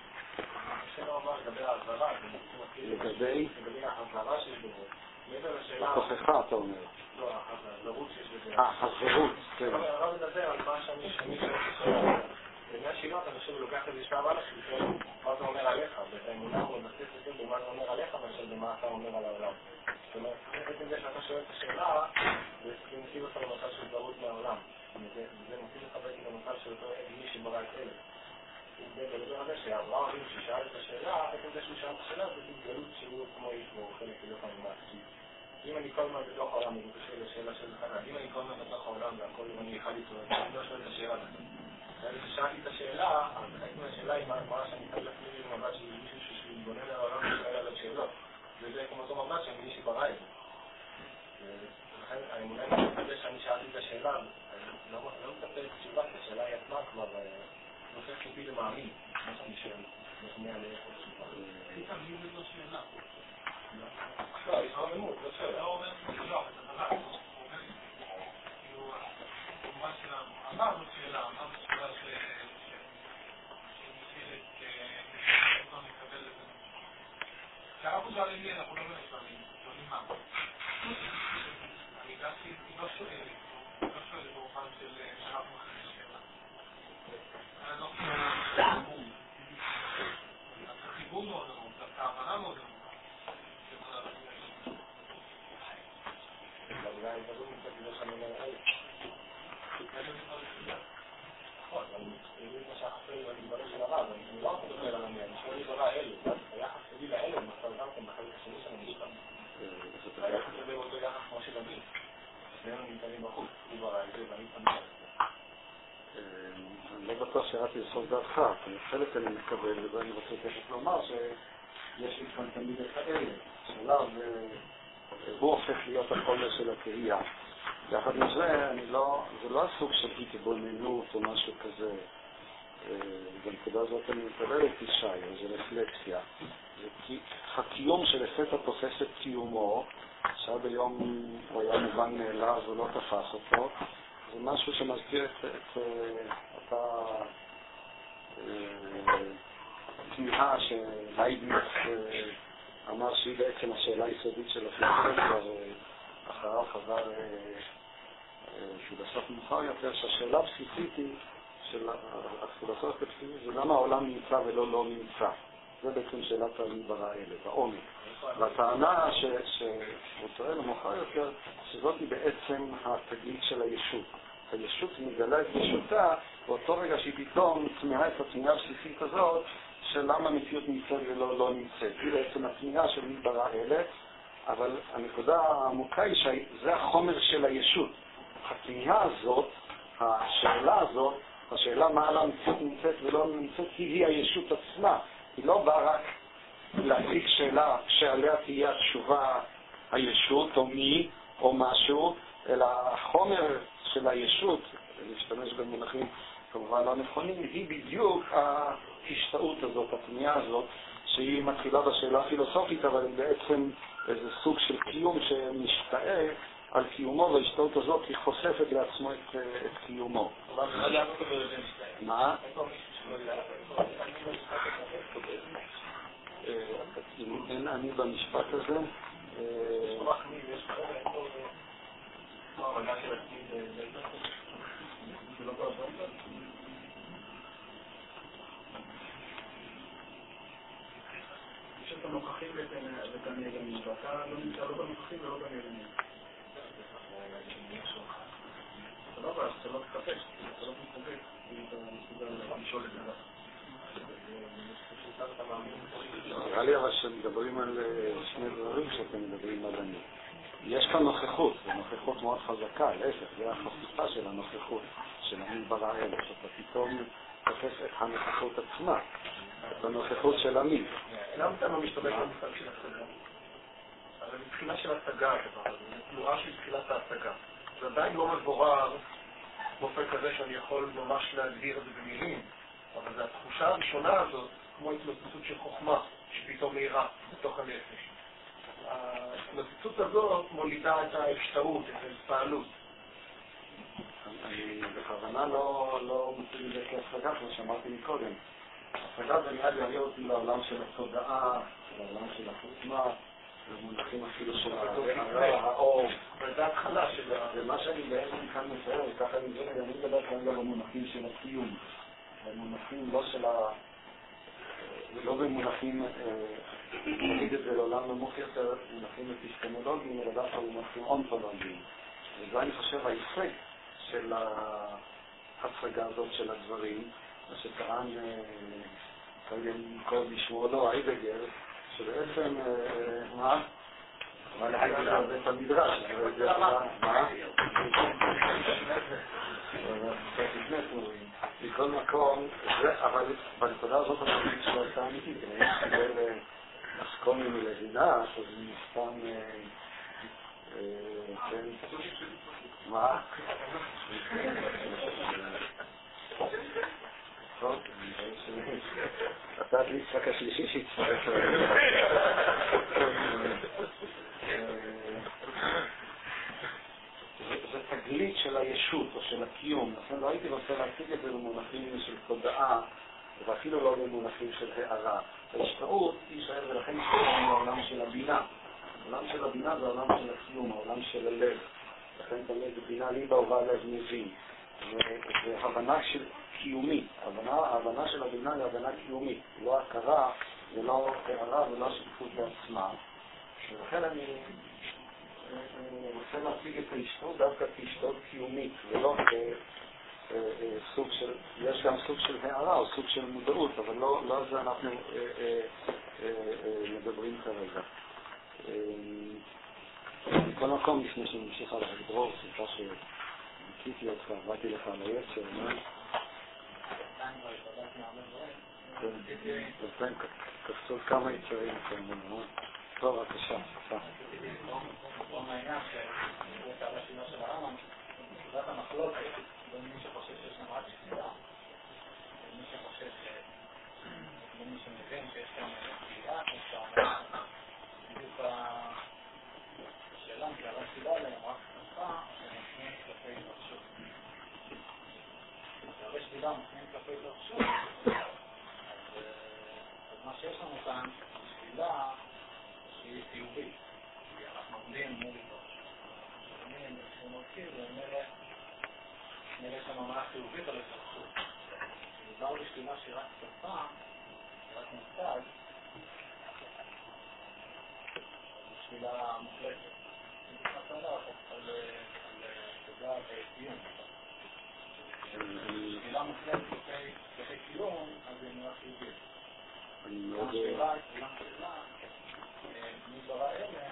לגבי ההחזרה, לגבי? לגבי ההחזרה שיש בו. התוכחה, אתה אומר. לא, החזרות שיש בזה. אה, החזרות, כן. הרב מדבר על מה שאני שומע שואל. בעניין שילות, אני חושב, לוקח איזה שלב א' שואל מה זה אומר עליך, ואת האמונה הוא מבסס יותר במה זה אומר עליך, מאשר במה אתה אומר על העולם. זאת אומרת, בעצם זה שאתה שואל את השאלה, זה מציב אותך למצב של זרות מהעולם. זה מציב לך בעצם למצב של אותו מי שברא את אלה. ובדבר הזה שאברהם אבינו ששאל את השאלה, בעצם זה שהוא שאל את השאלה, זה גלות שהוא כמו איש בו חלק להיות המעשי. אם אני כל הזמן בתוך העולם, אני חושב לשאלה של חנה, אם אני כל הזמן בתוך העולם והכל אם אני אחד איתו, אני לא שואל את השאלה הזאת. כששאלתי את השאלה, אז הייתי מהשאלה היא מה שאני חייב להפליל עם מבט של מישהו שמתבונן על העולם ושואל עליו שאלות. וזה כמו אותו מבט של מי שברא את זה. ולכן האמונה היא שאני שאלתי את השאלה, אני לא מצפה את תשובה, כי השאלה היא עצמה כבר נופך אותי למאמין, מה שאני שואל, נשמע לאיפה תשובה. היא תמיד לא שאלה. לא, היא חרמות, לא שאלה. לא אומר לא, אתה דבר. כאילו, מה שלנו, אמרנו שאלה, אמרנו שאלה שנשאלת, לא נקבל את זה. כשאנחנו שואלים לי, אנחנו לא משואלים, שואלים מה. אני גשתי, היא לא שואלת, לא שואלת באופן של שאנחנו מחכים שאלה. אני לא חושב, את החיבור מאוד עמוק, את ההבנה מאוד עמוק. בגלל ההתעלות נמצאת בזה שאני אומר אלה. נכון, אבל אני מה שהחסר לי בדברים של הרב, אני לא רוצה לדבר על המאה, אני שואל לי ברע אלה, היחס שלי לאלה, מצב גם כן בחלק השני שאני מגיש לנו. היחס הזה הוא אותו יחס כמו של אבי. שנינו נמצאים בחוץ, הוא ברע את זה ואני תמיד על זה. אני לא בטוח שירדתי לסוף דעתך, כי חלק אני מקבל, ואני רוצה תכף לומר שיש לי כאן תמיד את האלה, שלב הוא הופך להיות החומר של התהייה. יחד עם זה, אני לא, זה לא הסוג של התבוננות או משהו כזה. בנקודה הזאת אני מקבל את ישי, זה רפלקסיה. זה הקיום שלפתע תופס את קיומו, שעד היום הוא היה מובן מאליו ולא תפס אותו. זה משהו שמסביר את, את, את התמיהה שלייבניץ אמר שהיא בעצם השאלה היסודית של הפילוסופיה, ואחריו חזר שהוא בסוף מאוחר יותר, שהשאלה הבסיסית היא של הפילוסופיה הבסיסית זה למה העולם נמצא ולא לא נמצא. זה בעצם שאלת המי ברא אלה, בעומק. והטענה שהוא טוען מאוחר יותר, שזאת היא בעצם התגלית של הישות. הישות מגלה את ישותה, באותו רגע שהיא פתאום תמיהה את התמיהה הבסיסית הזאת, של למה המציאות נמצאת ולא לא נמצאת. היא בעצם התמיהה של מי ברא אלה, אבל הנקודה העמוקה היא שזה החומר של הישות. התמיהה הזאת, השאלה הזאת, השאלה מה על המציאות נמצאת ולא נמצאת, היא היא הישות עצמה. היא לא באה רק להציג שאלה שעליה תהיה התשובה הישות או מי או משהו, אלא החומר של הישות, להשתמש במונחים כמובן לא נכונים, היא בדיוק ההשתאות הזאת, התמיהה הזאת, שהיא מתחילה בשאלה הפילוסופית, אבל היא בעצם איזה סוג של קיום שמשתאה על קיומו, וההשתאות הזאת היא חושפת לעצמו את, את קיומו. מה? אם אין אני במשפט הזה, שאתה נוכחים ואת הנעלמים, ואתה לא נמצא לא בנוכחים ולא בנעלמים. אתה לא בא, אתה לא תתפק, אתה לא תתפק, ואתה מסוגל לשאול את זה. נראה לי אבל שמדברים על שני דברים שאתם מדברים על אני. יש כאן נוכחות, ונוכחות מאוד חזקה, להפך, זה החשיפה של הנוכחות, של אני ברא אלה, שאתה פתאום תופס את הנוכחות עצמה, את הנוכחות של אני. למה אתה לא משתמש במושג של הסדר? זה מבחינה של השגה הדבר הזה, זה תנועה של תחילת ההשגה. זה עדיין לא מבורר באופן כזה שאני יכול ממש להגדיר את זה במילים, אבל זו התחושה הראשונה הזאת, כמו התנוצצות של חוכמה, שפתאום מהירה בתוך הנפש. ההתנוצצות הזאת מולידה את ההשתאות, את ההתפעלות. אני בכוונה לא מציג את זה כהשגה, כמו שאמרתי מקודם. השגה זה מיד יביא אותי לעולם של התודעה, לעולם של החוכמה, למונחים אפילו של הרע, האור. וזה ההתחלה של ה... ומה שאני בעצם כאן מתאר, וככה אני מדבר, אני מדבר כאן גם במונחים של הקיום. במונחים לא של ה... לא במונחים, נגיד את זה לעולם נמוך יותר, מונחים אפיסטמולוגיים, אלא דווקא במונחים אונתולוגיים. וזה אני חושב ההישג של ההצגה הזאת של הדברים, מה שטען קודם לשמור לו, היידגר, שבעצם, מה? אבל היידגר זה את המדרש, מה? מכל מקום, אבל בנקודה הזאת התמיד שלו הייתה אמיתית, אם יש קיבל אסכוני מלדינה, אז מסתם, כן, מה? טוב, אתה הדליצק השלישי שהצטרף זה תגלית של הישות או של הקיום, לכן לא הייתי רוצה להציג את זה במונחים של תודעה ואפילו לא במונחים של הערה. ההשתאות היא שייך ולכן השתאות מהעולם של הבינה. העולם של הבינה זה העולם של הקיום, העולם של הלב. לכן תמיד בינה ליבה ובא לב מבין. זה הבנה של קיומית. ההבנה של הבינה היא הבנה קיומית. לא הכרה ולא הערה ולא שקיפות בעצמה. ולכן אני רוצה להציג את ההשתאות דווקא כהשתאות קיומית ולא כסוג של, יש גם סוג של הערה או סוג של מודעות, אבל לא, לא על זה אנחנו מדברים כרגע. בכל מקום לפני שנמשיך על הדרור, סליחה שניקיתי אותך, באתי לך על היצר, מה? כן, קפצו כמה יצרים כאלה, טוב, בבקשה, סליחה. לא מעניין שזה הרשימה של הרמב"ם, נקודת המחלוקת בין מי שחושב שיש שם רק שפילה, ומי שחושב בין מי שמבין שיש כאן שפילה, כמו שאומר, בדיוק השאלה, כי הרב שפילה עליהם רק כנפה, שמפנים כלפי התרחשות. כשהרב שפילה מפנים כלפי התרחשות, אז מה שיש לנו כאן, שפילה שהיא חיובית. אנחנו עומדים מול התרחשות. עומדים בצפון מרכיב, ונראה שם מה חיובית על התרחשות. כשמדבר בשתילה שהיא רק צפה, רק מוצג, בשתילה מוחלטת. אני מתחת עליו על תודה וקיום. בשתילה מוחלטת כפי קיום, אז היא נראה חיובית. השתילה, השתילה מוחלטת, מדברה אלה,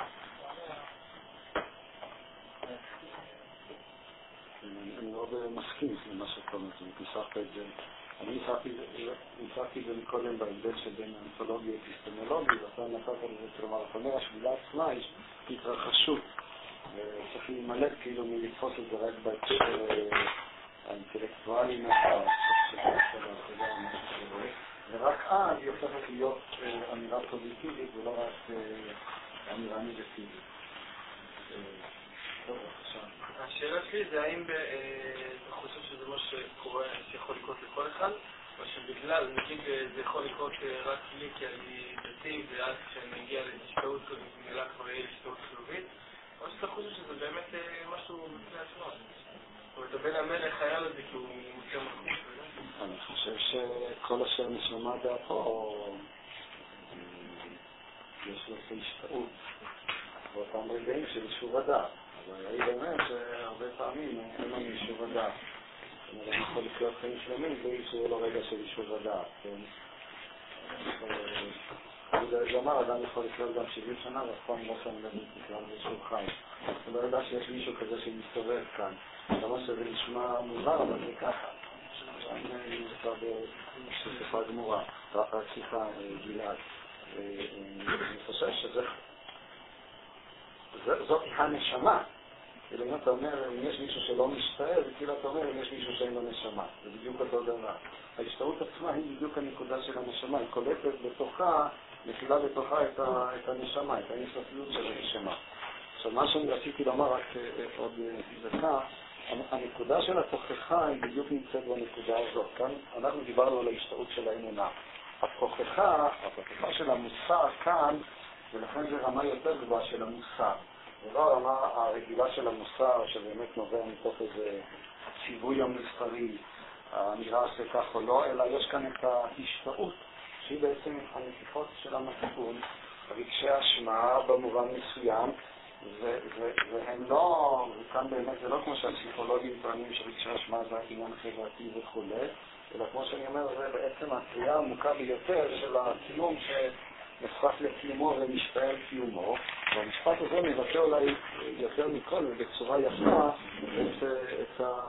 אני מאוד מסכים למה שאתה אומר, פיסחת את זה. אני ניסחתי את זה מקודם בהבדל שבין האנתולוגיה ואפיסטמולוגיה, ואתה נתת לזה, כלומר, אתה אומר, השבילה עצמה יש התרחשות, וצריך להימלט כאילו מלתפוס את זה רק בהקשר האינטלקטואלי ורק אז היא הופכת להיות אמירה פוזיטיבית ולא רק אמירה נגטיבית. טוב, בבקשה. השאלה שלי זה האם אתה חושב שזה מה שקורה, שיכול לקרות לכל אחד, או שבגלל, נגיד זה יכול לקרות רק לי כי אני דתי, ואז כשאני מגיע להשתאות כזאת, במילה כבר יהיה להשתאות חיובית, או שאתה חושב שזה באמת משהו בפני עצמו. זאת אומרת, הבן המלך היה לזה כי הוא מוצא מחוץ. אני חושב שכל אשר נשמע דעתו, יש לו השתאות באותם רגעים של יישוב הדעת. אבל היא באמת שהרבה פעמים אין לנו יישוב הדעת. זאת אומרת, אני יכול לחיות חיים שלמים בלי שיהיה לו רגע של יישוב הדעת. אני אומר, אדם יכול לחיות גם שבעים שנה ואף פעם לא שם לב בכלל ביישוב חיים. אני לא יודע שיש מישהו כזה שמסתובב כאן. למה שזה נשמע מוזר, אבל זה ככה. אני נמצא בשפה גמורה. סליחה, גלעד. אני חושב שזה זאת הנשמה. כאילו אם אתה אומר, אם יש מישהו שלא משתער, וכאילו אתה אומר, אם יש מישהו שאין לו נשמה. זה בדיוק אותו דבר. ההשתאות עצמה היא בדיוק הנקודה של הנשמה. היא קולטת בתוכה, מכילה בתוכה את, ה, את הנשמה, את האינסופיות של הנשמה. עכשיו, מה שאני רציתי לומר רק עוד דקה, הנקודה של התוכחה היא בדיוק נמצאת בנקודה הזאת. כאן אנחנו דיברנו על ההשתאות של האמונה. התוכחה, התוכחה של המוסר כאן, ולכן זה רמה יותר גבוהה של המוסר. זה לא הרמה הרגילה של המוסר, שבאמת נובע מתוך איזה ציווי המוסרי, האמירה עושה כך או לא, אלא יש כאן את ההשתאות, שהיא בעצם הנתיחות של המצפון, רגשי אשמה במובן מסוים, והם לא, וכאן באמת זה לא כמו שהפסיכולוגים טוענים שרגשי אשמה זה עניין חברתי וכו', אלא כמו שאני אומר, זה בעצם הקריאה העמוקה ביותר של הקיום שנחשף לקיומו ומשתעל קיומו, והמשפט הזה מבטא אולי יותר מכל ובצורה יפה את, את, ה,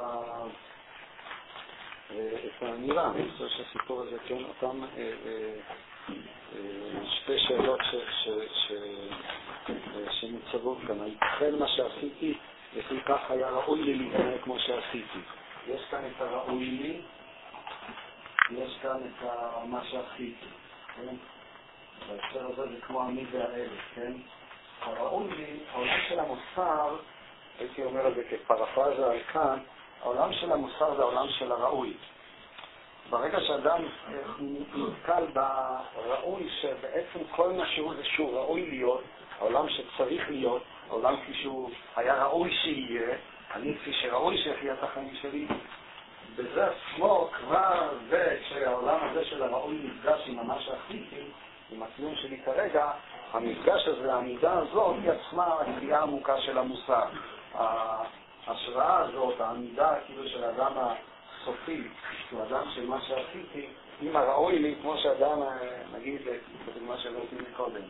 את האמירה. אני חושב שהסיפור הזה, כן, אותם אה, אה, שתי שאלות ש, ש, ש, שמוצבות כאן. הייתכן מה שעשיתי, וכי כך היה ראוי לי להתנהג כמו שעשיתי. יש כאן את הראוי לי, יש כאן את מה שעשיתי, כן? בהקשר הזה זה כמו עמי והאלף, כן? הראוי לי, העולם של המוסר, הייתי אומר את זה כפרפרזה על כאן, העולם של המוסר זה העולם של הראוי. ברגע שאדם נתקל בראוי שבעצם כל מה שהוא זה שהוא ראוי להיות, העולם שצריך להיות, העולם כפי שהוא היה ראוי שיהיה, אני כפי שראוי שיחיה את החיים שלי, בזה עצמו כבר וכשהעולם הזה של הראוי נפגש עם מה שעשיתי, עם הקיום שלי כרגע, המפגש הזה, העמידה הזאת, היא עצמה הקריאה העמוקה של המוסר. ההשראה הזאת, העמידה כאילו של האדם הסופי, שהוא אדם של מה שעשיתי, אם הראוי לי, כמו שאדם, נגיד, בדוגמה שהראיתי מקודם,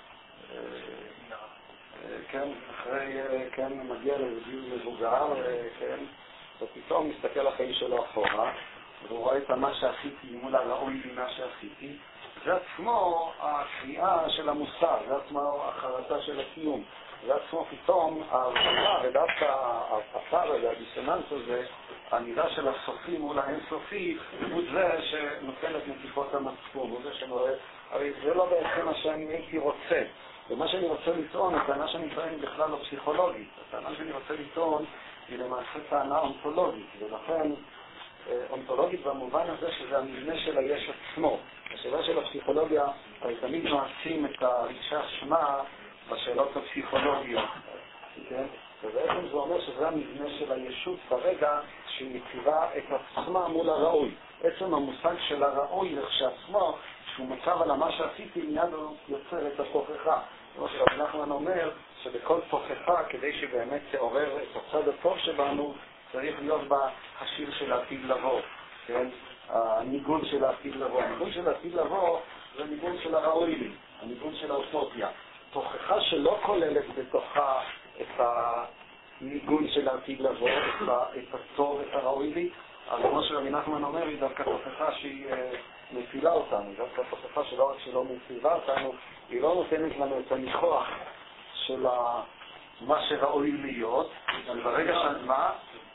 כן, אחרי, כן, מגיע לגיל מבוגר, כן, ופתאום מסתכל החיים שלו אחורה, והוא רואה את מה שעשיתי מול הראוי לי מה שעשיתי, זה עצמו הקריאה של המוסר, זה עצמו החרטה של הקיום, זה עצמו פתאום ההרחבה, ודווקא ההרחבה והדיסוננס הזה, העמידה של הסופי מול האינסופי, הוא זה שנותן את נתיחות המצפון, הוא זה שמראה, הרי זה לא בעצם מה שאני הייתי רוצה, ומה שאני רוצה לטעון, הטענה שאני טוען בכלל לא פסיכולוגית, הטענה שאני רוצה לטעון היא למעשה טענה אונתולוגית, ולכן אונתולוגית במובן הזה שזה המבנה של היש עצמו. השאלה של הפסיכולוגיה, הרי תמיד מעצים את הרגשי אשמה בשאלות הפסיכולוגיות, כן? ובעצם זה אומר שזה המבנה של הישות ברגע שהיא מציבה את עצמה מול הראוי. עצם המושג של הראוי לכשעצמו, שהוא מצב על מה שעשיתי, מיד הוא יוצר את התוכחה. כמו שרב נחמן אומר, שבכל תוכחה, כדי שבאמת תעורר את הצד הטוב שבנו, צריך להיות בה השיר של העתיד לבוא, כן? הניגון של העתיד לבוא. הניגון של העתיד לבוא זה ניגון של הראוי לי, הניגון של האוטופיה. תוכחה שלא כוללת בתוכה את הניגון של העתיד לבוא, את, ה, את הטוב, את הראוי לי, אז כמו שרבי נחמן אומר, היא דווקא תוכחה שהיא uh, מפילה אותנו, היא דווקא תוכחה שלא רק שלא מפילה אותנו, היא לא נותנת לנו את הניחוח של ה... מה שראוי להיות, וברגע שמה...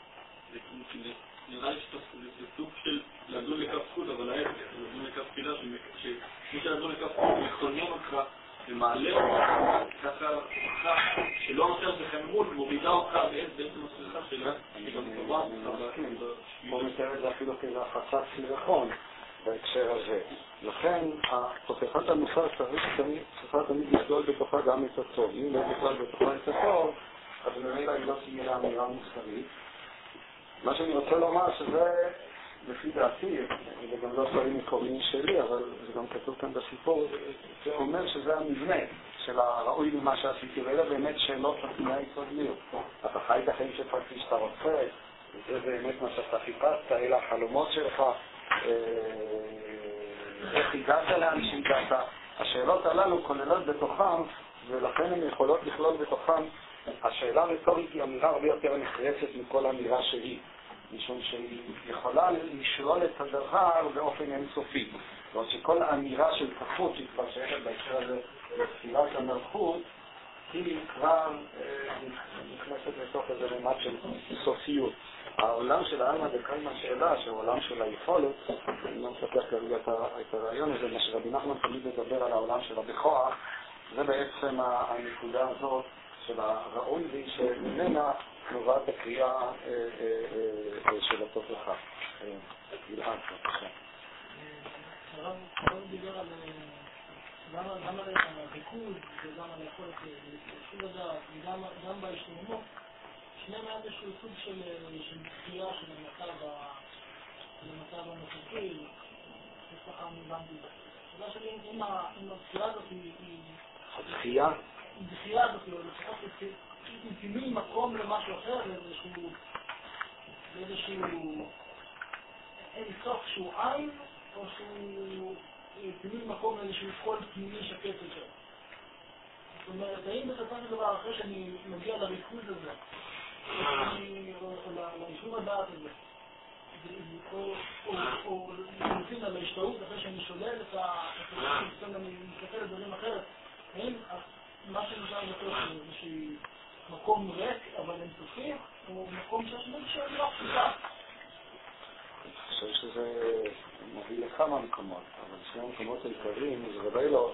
נראה לי שזה סוג של לדון לכף זכות, אבל ההפך, לדון לכף תפילה, שמי שלדון לכף זכות מכונן אותך ומעלה אותך, ככה שלא נותן לכם מול, מורידה אותך בעצם הסליחה שלה, שגם טובה. בוא מתאר את זה אפילו כאיזה הפצת סירחון בהקשר הזה. לכן, תוכחת המוסר צריכה תמיד לכלול בתוכה גם את הטוב. אם לא בכלל בתוכה את הטוב, אז ממילא היא לא תהיה לאמירה מוסרית. מה שאני רוצה לומר שזה, לפי דעתי, זה גם לא דברים מקוריים שלי, אבל זה גם כתוב כאן בסיפור, זה אומר שזה המבנה של הראוי למה שעשיתי, ואלה באמת שאלות התנועה היסודיות. אתה חי את החיים שלך כפי שאתה רוצה, זה באמת מה שאתה חיפשת, אלה החלומות שלך, איך הגעת לאן שהגעת. השאלות הללו כוללות בתוכם, ולכן הן יכולות לכלול בתוכם. השאלה הרטורית היא אמירה הרבה יותר נחרצת מכל אמירה שהיא, משום שהיא יכולה לשלול את הדבר באופן אינסופי. זאת שכל האמירה של כפות שהתפרשת בהקשר הזה לתפילת המלכות, היא כבר נכנסת לתוך איזה ממד של סופיות. העולם של העלמא דקיימא שאלה, שהעולם של היכולת, אני לא מספר כרגע את הרעיון הזה, מה שרבי נחמן תמיד מדבר על העולם של הבכוח, זה בעצם הנקודה הזאת של הראוי לי שממנה נובעת הקריאה של התוכחה. גלעד, בבקשה. הרב דיבר על גם על הריכוז וגם על היכולת לשום לדעת, גם בהשתלמות, שניהם היה איזשהו סוג של דחייה של המצב הנוכחי, יש לך מבנתי. השאלה שלי, אם הדחייה הזאת היא... הדחייה? הדחייה הזאת, או לפחות היא פינוי מקום למשהו אחר, לאיזשהו אין סוף שהוא עין, או שהוא פינוי מקום לאיזשהו קול פנימי שקט יותר. זאת אומרת, האם בסופו של דבר, אחרי שאני מגיע לריכוז הזה, או לאישור הדעת הזה, או למבין על ההשתאות אחרי שאני שולל את הפרסום, אני מסתכל לדברים אחרת, האם מה שנשאר בתוך זה איזשהו מקום ריק, אבל אינסופי, או מקום שיש איזשהו לא פשוטה? אני חושב שזה מוביל לכמה מקומות, אבל שני המקומות העיקריים, זה ודאי לא,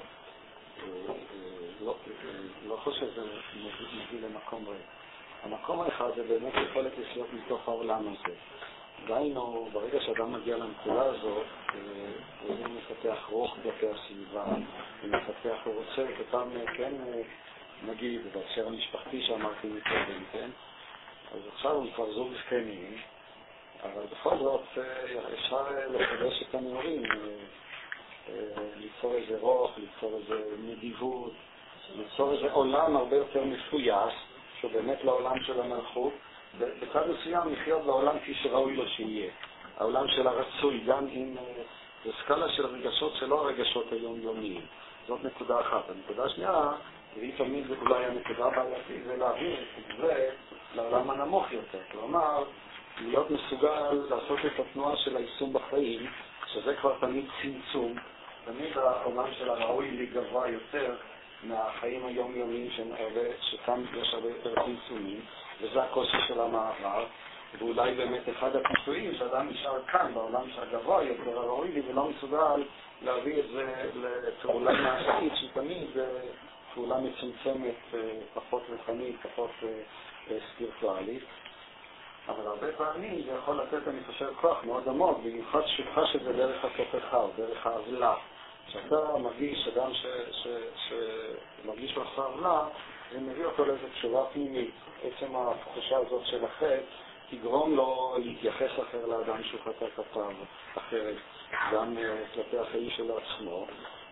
לא חושב שזה מוביל למקום ריק. המקום האחד זה באמת יכולת לחיות מתוך העולם הזה. דהיינו, ברגע שאדם מגיע לנקודה הזאת, הוא מפתח רוח כלפי הסביבה, הוא מפתח, הוא רוצה את אותם, כן, נגיד, בהקשר המשפחתי שאמרתי מקודם, כן? אז עכשיו הוא כבר זוג זקנים, אבל בכל זאת אפשר לחדש את הנעורים, ליצור איזה רוח, ליצור איזה נדיבות, ליצור איזה עולם הרבה יותר מפויס, שהוא באמת לעולם של המלכות, בצד מסוים לחיות לעולם כפי שראוי לו שיהיה. העולם של הרצוי, גם אם זו סקאלה של רגשות שלא הרגשות היומיומיים. זאת נקודה אחת. הנקודה השנייה, והיא תמיד אולי הנקודה הבעייתית, זה להעביר את זה לעולם הנמוך יותר. כלומר, להיות מסוגל לעשות את התנועה של היישום בחיים, שזה כבר תמיד צמצום, תמיד העולם של הראוי לי גבוה יותר מהחיים היומיומיים שכאן יש הרבה יותר צמצומים, וזה הקושי של המעבר, ואולי באמת אחד הפיתויים שאדם נשאר כאן בעולם שהגבוה יותר הראוי לי ולא מסוגל להביא את זה לפעולה מעשית שתמיד פעולה מצומצמת, פחות רוחנית, פחות ספירטואלית. אבל הרבה פעמים זה יכול לתת, אני חושב, כוח מאוד עמוק, במיוחד שחש את זה דרך התוכחה או דרך העוולה. כשאתה מרגיש אדם שמרגיש לך עוולה, זה מביא אותו לאיזו תשובה פנימית. עצם התחושה הזאת של החטא תגרום לו להתייחס אחר לאדם שהוא חטא כתב אחרת, גם כלפי החיים של עצמו.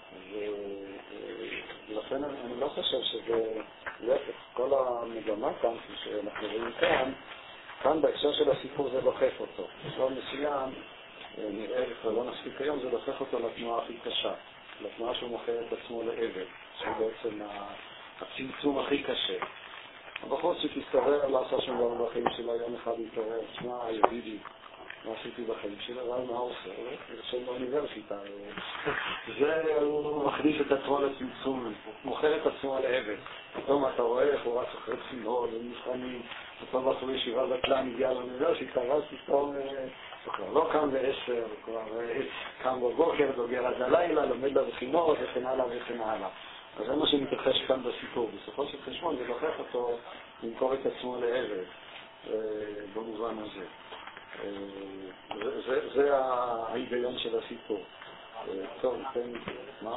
ולכן אני לא חושב שזה להפך. כל המגמה כאן, כפי שאנחנו רואים כאן, כאן בהקשר של הסיפור זה לוחף אותו. בשלב מסוים, נראה כבר לא נספיק היום, זה לוחף אותו לתנועה הכי קשה, לתנועה שהוא מוכר את עצמו לעבד, שהוא בעצם הצמצום הכי קשה. הבחור שתסתבר לא עשה שום דבר בחיים שלו, יום אחד להתעורר, שמע, ידידי, מה עשיתי בחיים שלו, אבל מה עושה? הוא יושב באוניברסיטה. זה, הוא מכניס את עצמו לצמצום, הוא מוכר את עצמו לעבד. פתאום אתה רואה איך הוא רץ אחרי צינור ומבחנים, פתאום בחור ישיבה בטלן הגיע לאוניברסיטה, ואז פתאום הוא כבר לא קם בעשר, הוא כבר קם בבוקר, דוגר עד הלילה, לומד בבחינות וכן הלאה וכן הלאה. אז זה מה שמתרחש כאן בסיפור. בסופו של חשבון זה לוקח אותו למכור את עצמו לעבד, במובן הזה. זה, זה ההיגיון של הסיפור. טוב, תן, מה?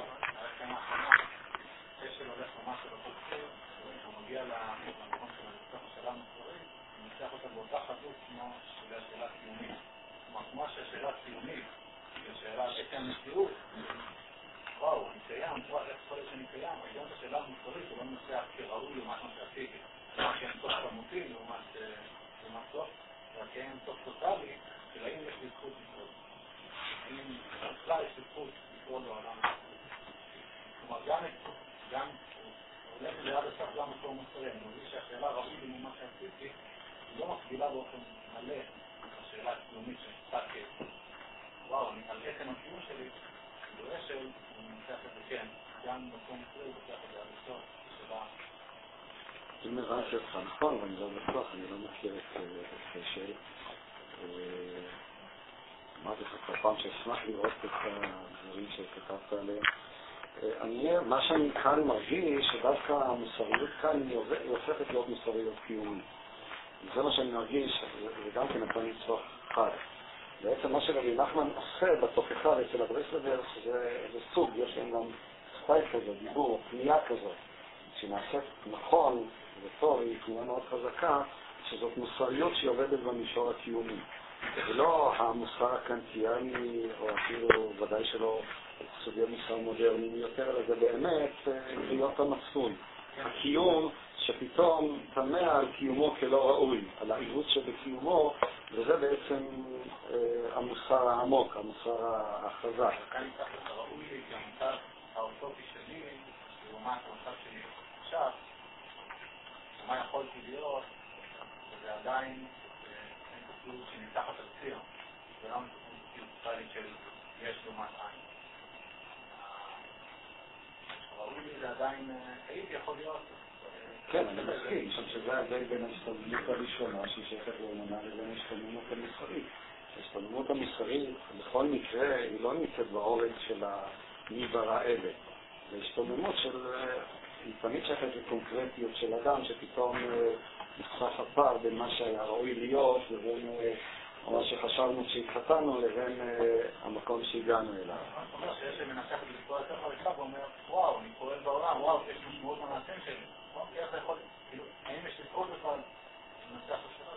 כשל הולך ממש של אותו סיפור, הוא מגיע למקום של הלכתך השאלה המקורית, הוא מצליח אותה באותה חדות כמו של השאלה הקיומית. כלומר, כמו שהשאלה הקיומית, שהשאלה על איזה המציאות, וואו, אני קיים, וואו, איך יכול להיות שאני קיים? היום השאלה המקורית הוא לא מנסח כראוי לעומת מה שעשיתי. כלומר, כי אין סוף כמותי לעומת סוף, רק אין סוף טוטלי, של האם יש לי זכות לפעול. האם בכלל יש לי זכות לפעול לעולם. כלומר, גם גם הוא הולך ליד הסף גם בתור מוסרי, אני מרגיש שהשאלה ראוי לי ממה שעשיתי, היא לא מקבילה באופן מלא השאלה הקיומית שנצטרך וואו, אני על עצם הקיום שלי, ברשל, אני מנסח את זה כן, גם בתור מוסרי, הוא לוקח את זה עד הסוף, שאלה אם הבנתי אותך נכון, ואני לא בטוח, אני לא מכיר את סיישל. אמרתי לך כל פעם שאשמח לראות את הדברים שכתבת עליהם. אני, מה שאני כאן מרגיש, שדווקא המוסריות כאן היא הופכת להיות מוסריות קיומית. זה מה שאני מרגיש, וגם כן נתן לצורך חד. בעצם מה שרבי נחמן עושה בתוכחה אצל הברסלברס זה, זה סוג, יש להם גם סטייל כזה, דיבור, פנייה כזאת, שנעשית נכון וטוב, היא פנייה מאוד חזקה, שזאת מוסריות שהיא עובדת במישור הקיומי. זה לא המוסר הקנטיאני, או אפילו ודאי שלא סוגי מוסר מודרניים יותר, אלא זה באמת להיות המצפון. הקיום שפתאום תמה על קיומו כלא ראוי, על העיוות שבקיומו, וזה בעצם אה, המוסר העמוק, המוסר החזק. כאן נצטרך את הראוי לי, כי המצב האוטופי שלי, לעומת המצב שלי עכשיו, מה יכולתי להיות, וזה עדיין מסלול שנמצחת על ציר, זה לא מסלול סטלית של יש לעומת עין. ראוי לי זה עדיין, הייתי יכול להיות. כן, אני מסכים, משום שזה ההבדל בין ההשתלמות הראשונה שהיא שייכת לאמונה לבין ההשתלמות המסחרית. ההשתלמות המסחרית בכל מקרה היא לא נמצאת בעורק של מי ברא אלה. זה השתלמות של, היא תמיד שייכת לקונקרטיות של אדם שפתאום נחשף הפער בין מה שהיה ראוי להיות לבין מה שחשבנו שהתחתנו לבין המקום שהגענו אליו. זאת אומרת שיש מנסח את זה יותר חלקה ואומר, וואו, אני פועל בעולם, וואו, יש משמעות המעשים שלי. איך זה יכול, כאילו, האם יש לזכות בכלל לנסח השאלה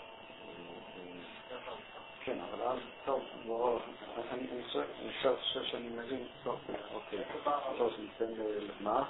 לכל? כן, אבל אז, טוב, בואו, אני חושב שאני מבין, טוב, אוקיי, טוב, ניתן למה?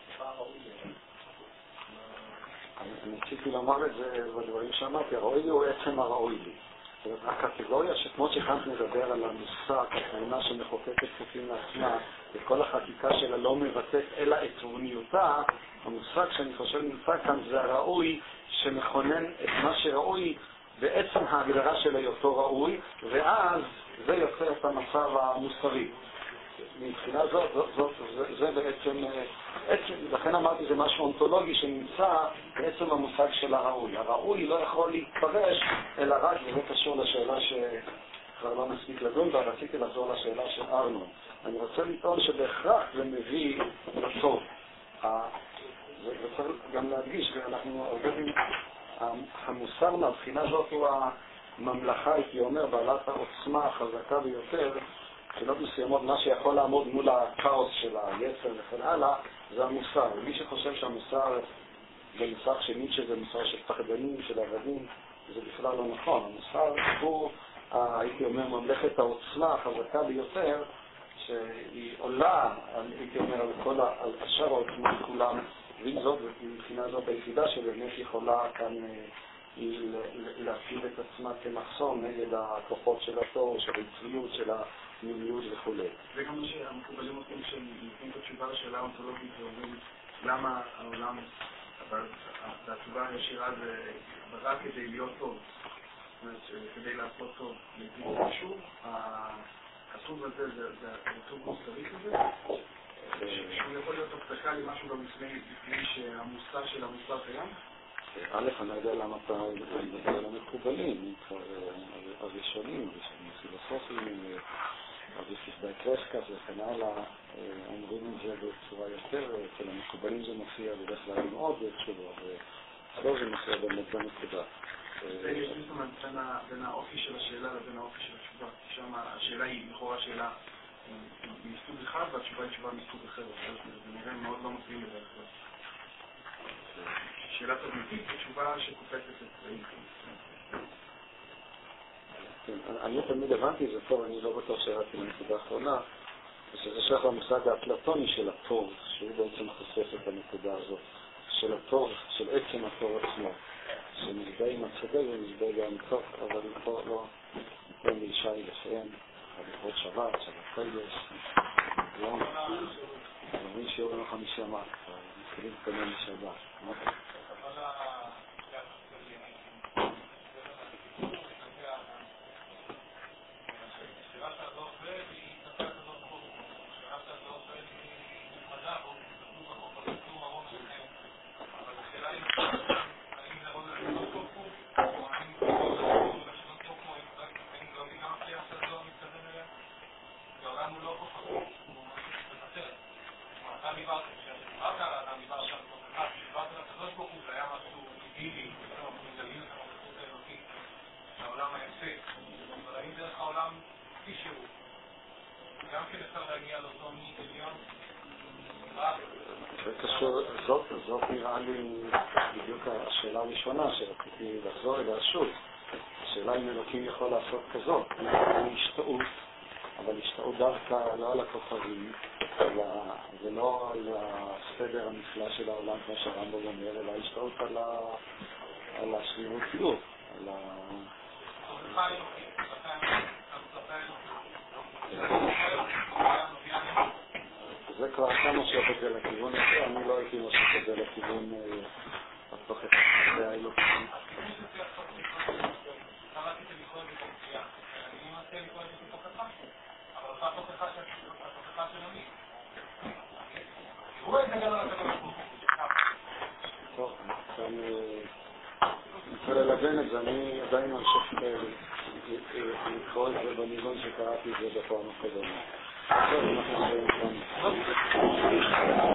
אני רציתי לומר את זה בדברים שאמרתי, הראוי הוא עצם הראוי לי. זאת אומרת, הקטגוריה שכמו שקאנט מדבר על המושג, התמונה שמחוקקת חוקים לעצמה, וכל החקיקה שלה לא מבטאת אלא את תבוניותה, המושג שאני חושב נמצא כאן זה הראוי שמכונן את מה שראוי בעצם ההגדרה של היותו ראוי, ואז זה יוצר את המצב המוסרי. מבחינה זאת, זאת, זאת זה, זה בעצם, עצם, לכן אמרתי, זה משהו אונתולוגי שנמצא בעצם המושג של הראוי. הראוי לא יכול להתפרש, אלא רק, וזה קשור לשאלה שכבר לא מספיק לדון בה, רציתי לחזור לשאלה של ארנון. אני רוצה לטעון שבהכרח זה מביא לטוב. וצריך גם להדגיש, ואנחנו עובדים, המוסר מהבחינה זאת הוא הממלכה, הייתי אומר, בעלת העוצמה החזקה ביותר, מבחינות מסוימות, מה שיכול לעמוד מול הכאוס של היצר וכן הלאה, זה המוסר. ומי שחושב שהמוסר במוסר של ניטשה זה מוסר של פחדנים, של עבדים, זה בכלל לא נכון. המוסר הוא, הייתי אומר, ממלכת העוצמה החזקה ביותר, שהיא עולה, הייתי אומר, על כל השאר העוצמות כולם, ועם זאת, מבחינה זאת היחידה שבאמת יכולה כאן להפעיל את עצמה כמחסום נגד הכוחות של התור, של היצריות, של המיליות וכו'. זה גם מה שהמקובלים עושים שהם נותנים את התשובה לשאלה האונתולוגית ואומרים למה העולם, והתשובה הישירה זה רק כדי להיות טוב, זאת אומרת כדי לעשות טוב. שוב, הסוג הזה זה סוג מוסרי כזה, שהוא יכול להיות הבטחה למשהו גם לפני שהמושג של המושג קיים? א', אני יודע למה אתה מדבר על המקובלים, הראשונים, הפילוסופים, אביסיס דייקרסקס וכן הלאה, אומרים את זה בצורה יותר, אצל המקובלים זה מופיע בדרך כלל מאוד תשובה, ולא זה מופיע באמת בנקודה. זה יש לי בין האופי של השאלה לבין האופי של התשובה, שם השאלה היא לכאורה שאלה מסוג אחד והתשובה היא תשובה מסוג אחר, זה נראה מאוד לא מפעים בדרך כלל. שאלה תבניתית היא תשובה שקופצת את זה. אני תמיד הבנתי זה טוב, אני לא בטוח שהראיתי לנקודה האחרונה, שזה שייך למושג האפלטוני של הטוב, שהוא בעצם חושף את הנקודה הזאת, של הטוב, של עצם הטוב עצמו, שמזדהה עם הצדק ומזדהה גם טוב, אבל פה לא ניתן לאישה לסיים, הלכות שבת, שבת קודש, יום, ומי שיעור לנו חמישי אמר, מתחילים להתקדם לשבת. דיברת, כשדיברת על האדם, דיברת על תוכחה, כשדיברת על הקדוש ברוך הוא, זה היה משהו אידילי, אנחנו מגלים את המלכות האלוקית, העולם היפה, אבל האם דרך העולם כפי שהוא, גם כן אפשר להגיע לאותו מי עליון, זאת נראה לי בדיוק השאלה הראשונה שרציתי לחזור אליה שוב. השאלה אם אלוקים יכול לעשות כזאת, השתאות, אבל השתאות דווקא לא על הכוכבים, ולא על הסדר הנפלא של העולם כמו שהרמב"ם אומר, אלא השתאות על השרירותיות, על ה... תוכחה אלוקית, תוכחה זה כבר כמה מושך את זה לכיוון הזה, אני לא הייתי מושך את זה לכיוון התוכחה, זה האלוקית. טוב, אני רוצה ללבן את זה, אני עדיין ממשיך לקרוא את זה בניגון שקראתי את זה בפעם הקודמת. טוב, אנחנו נראים כאן.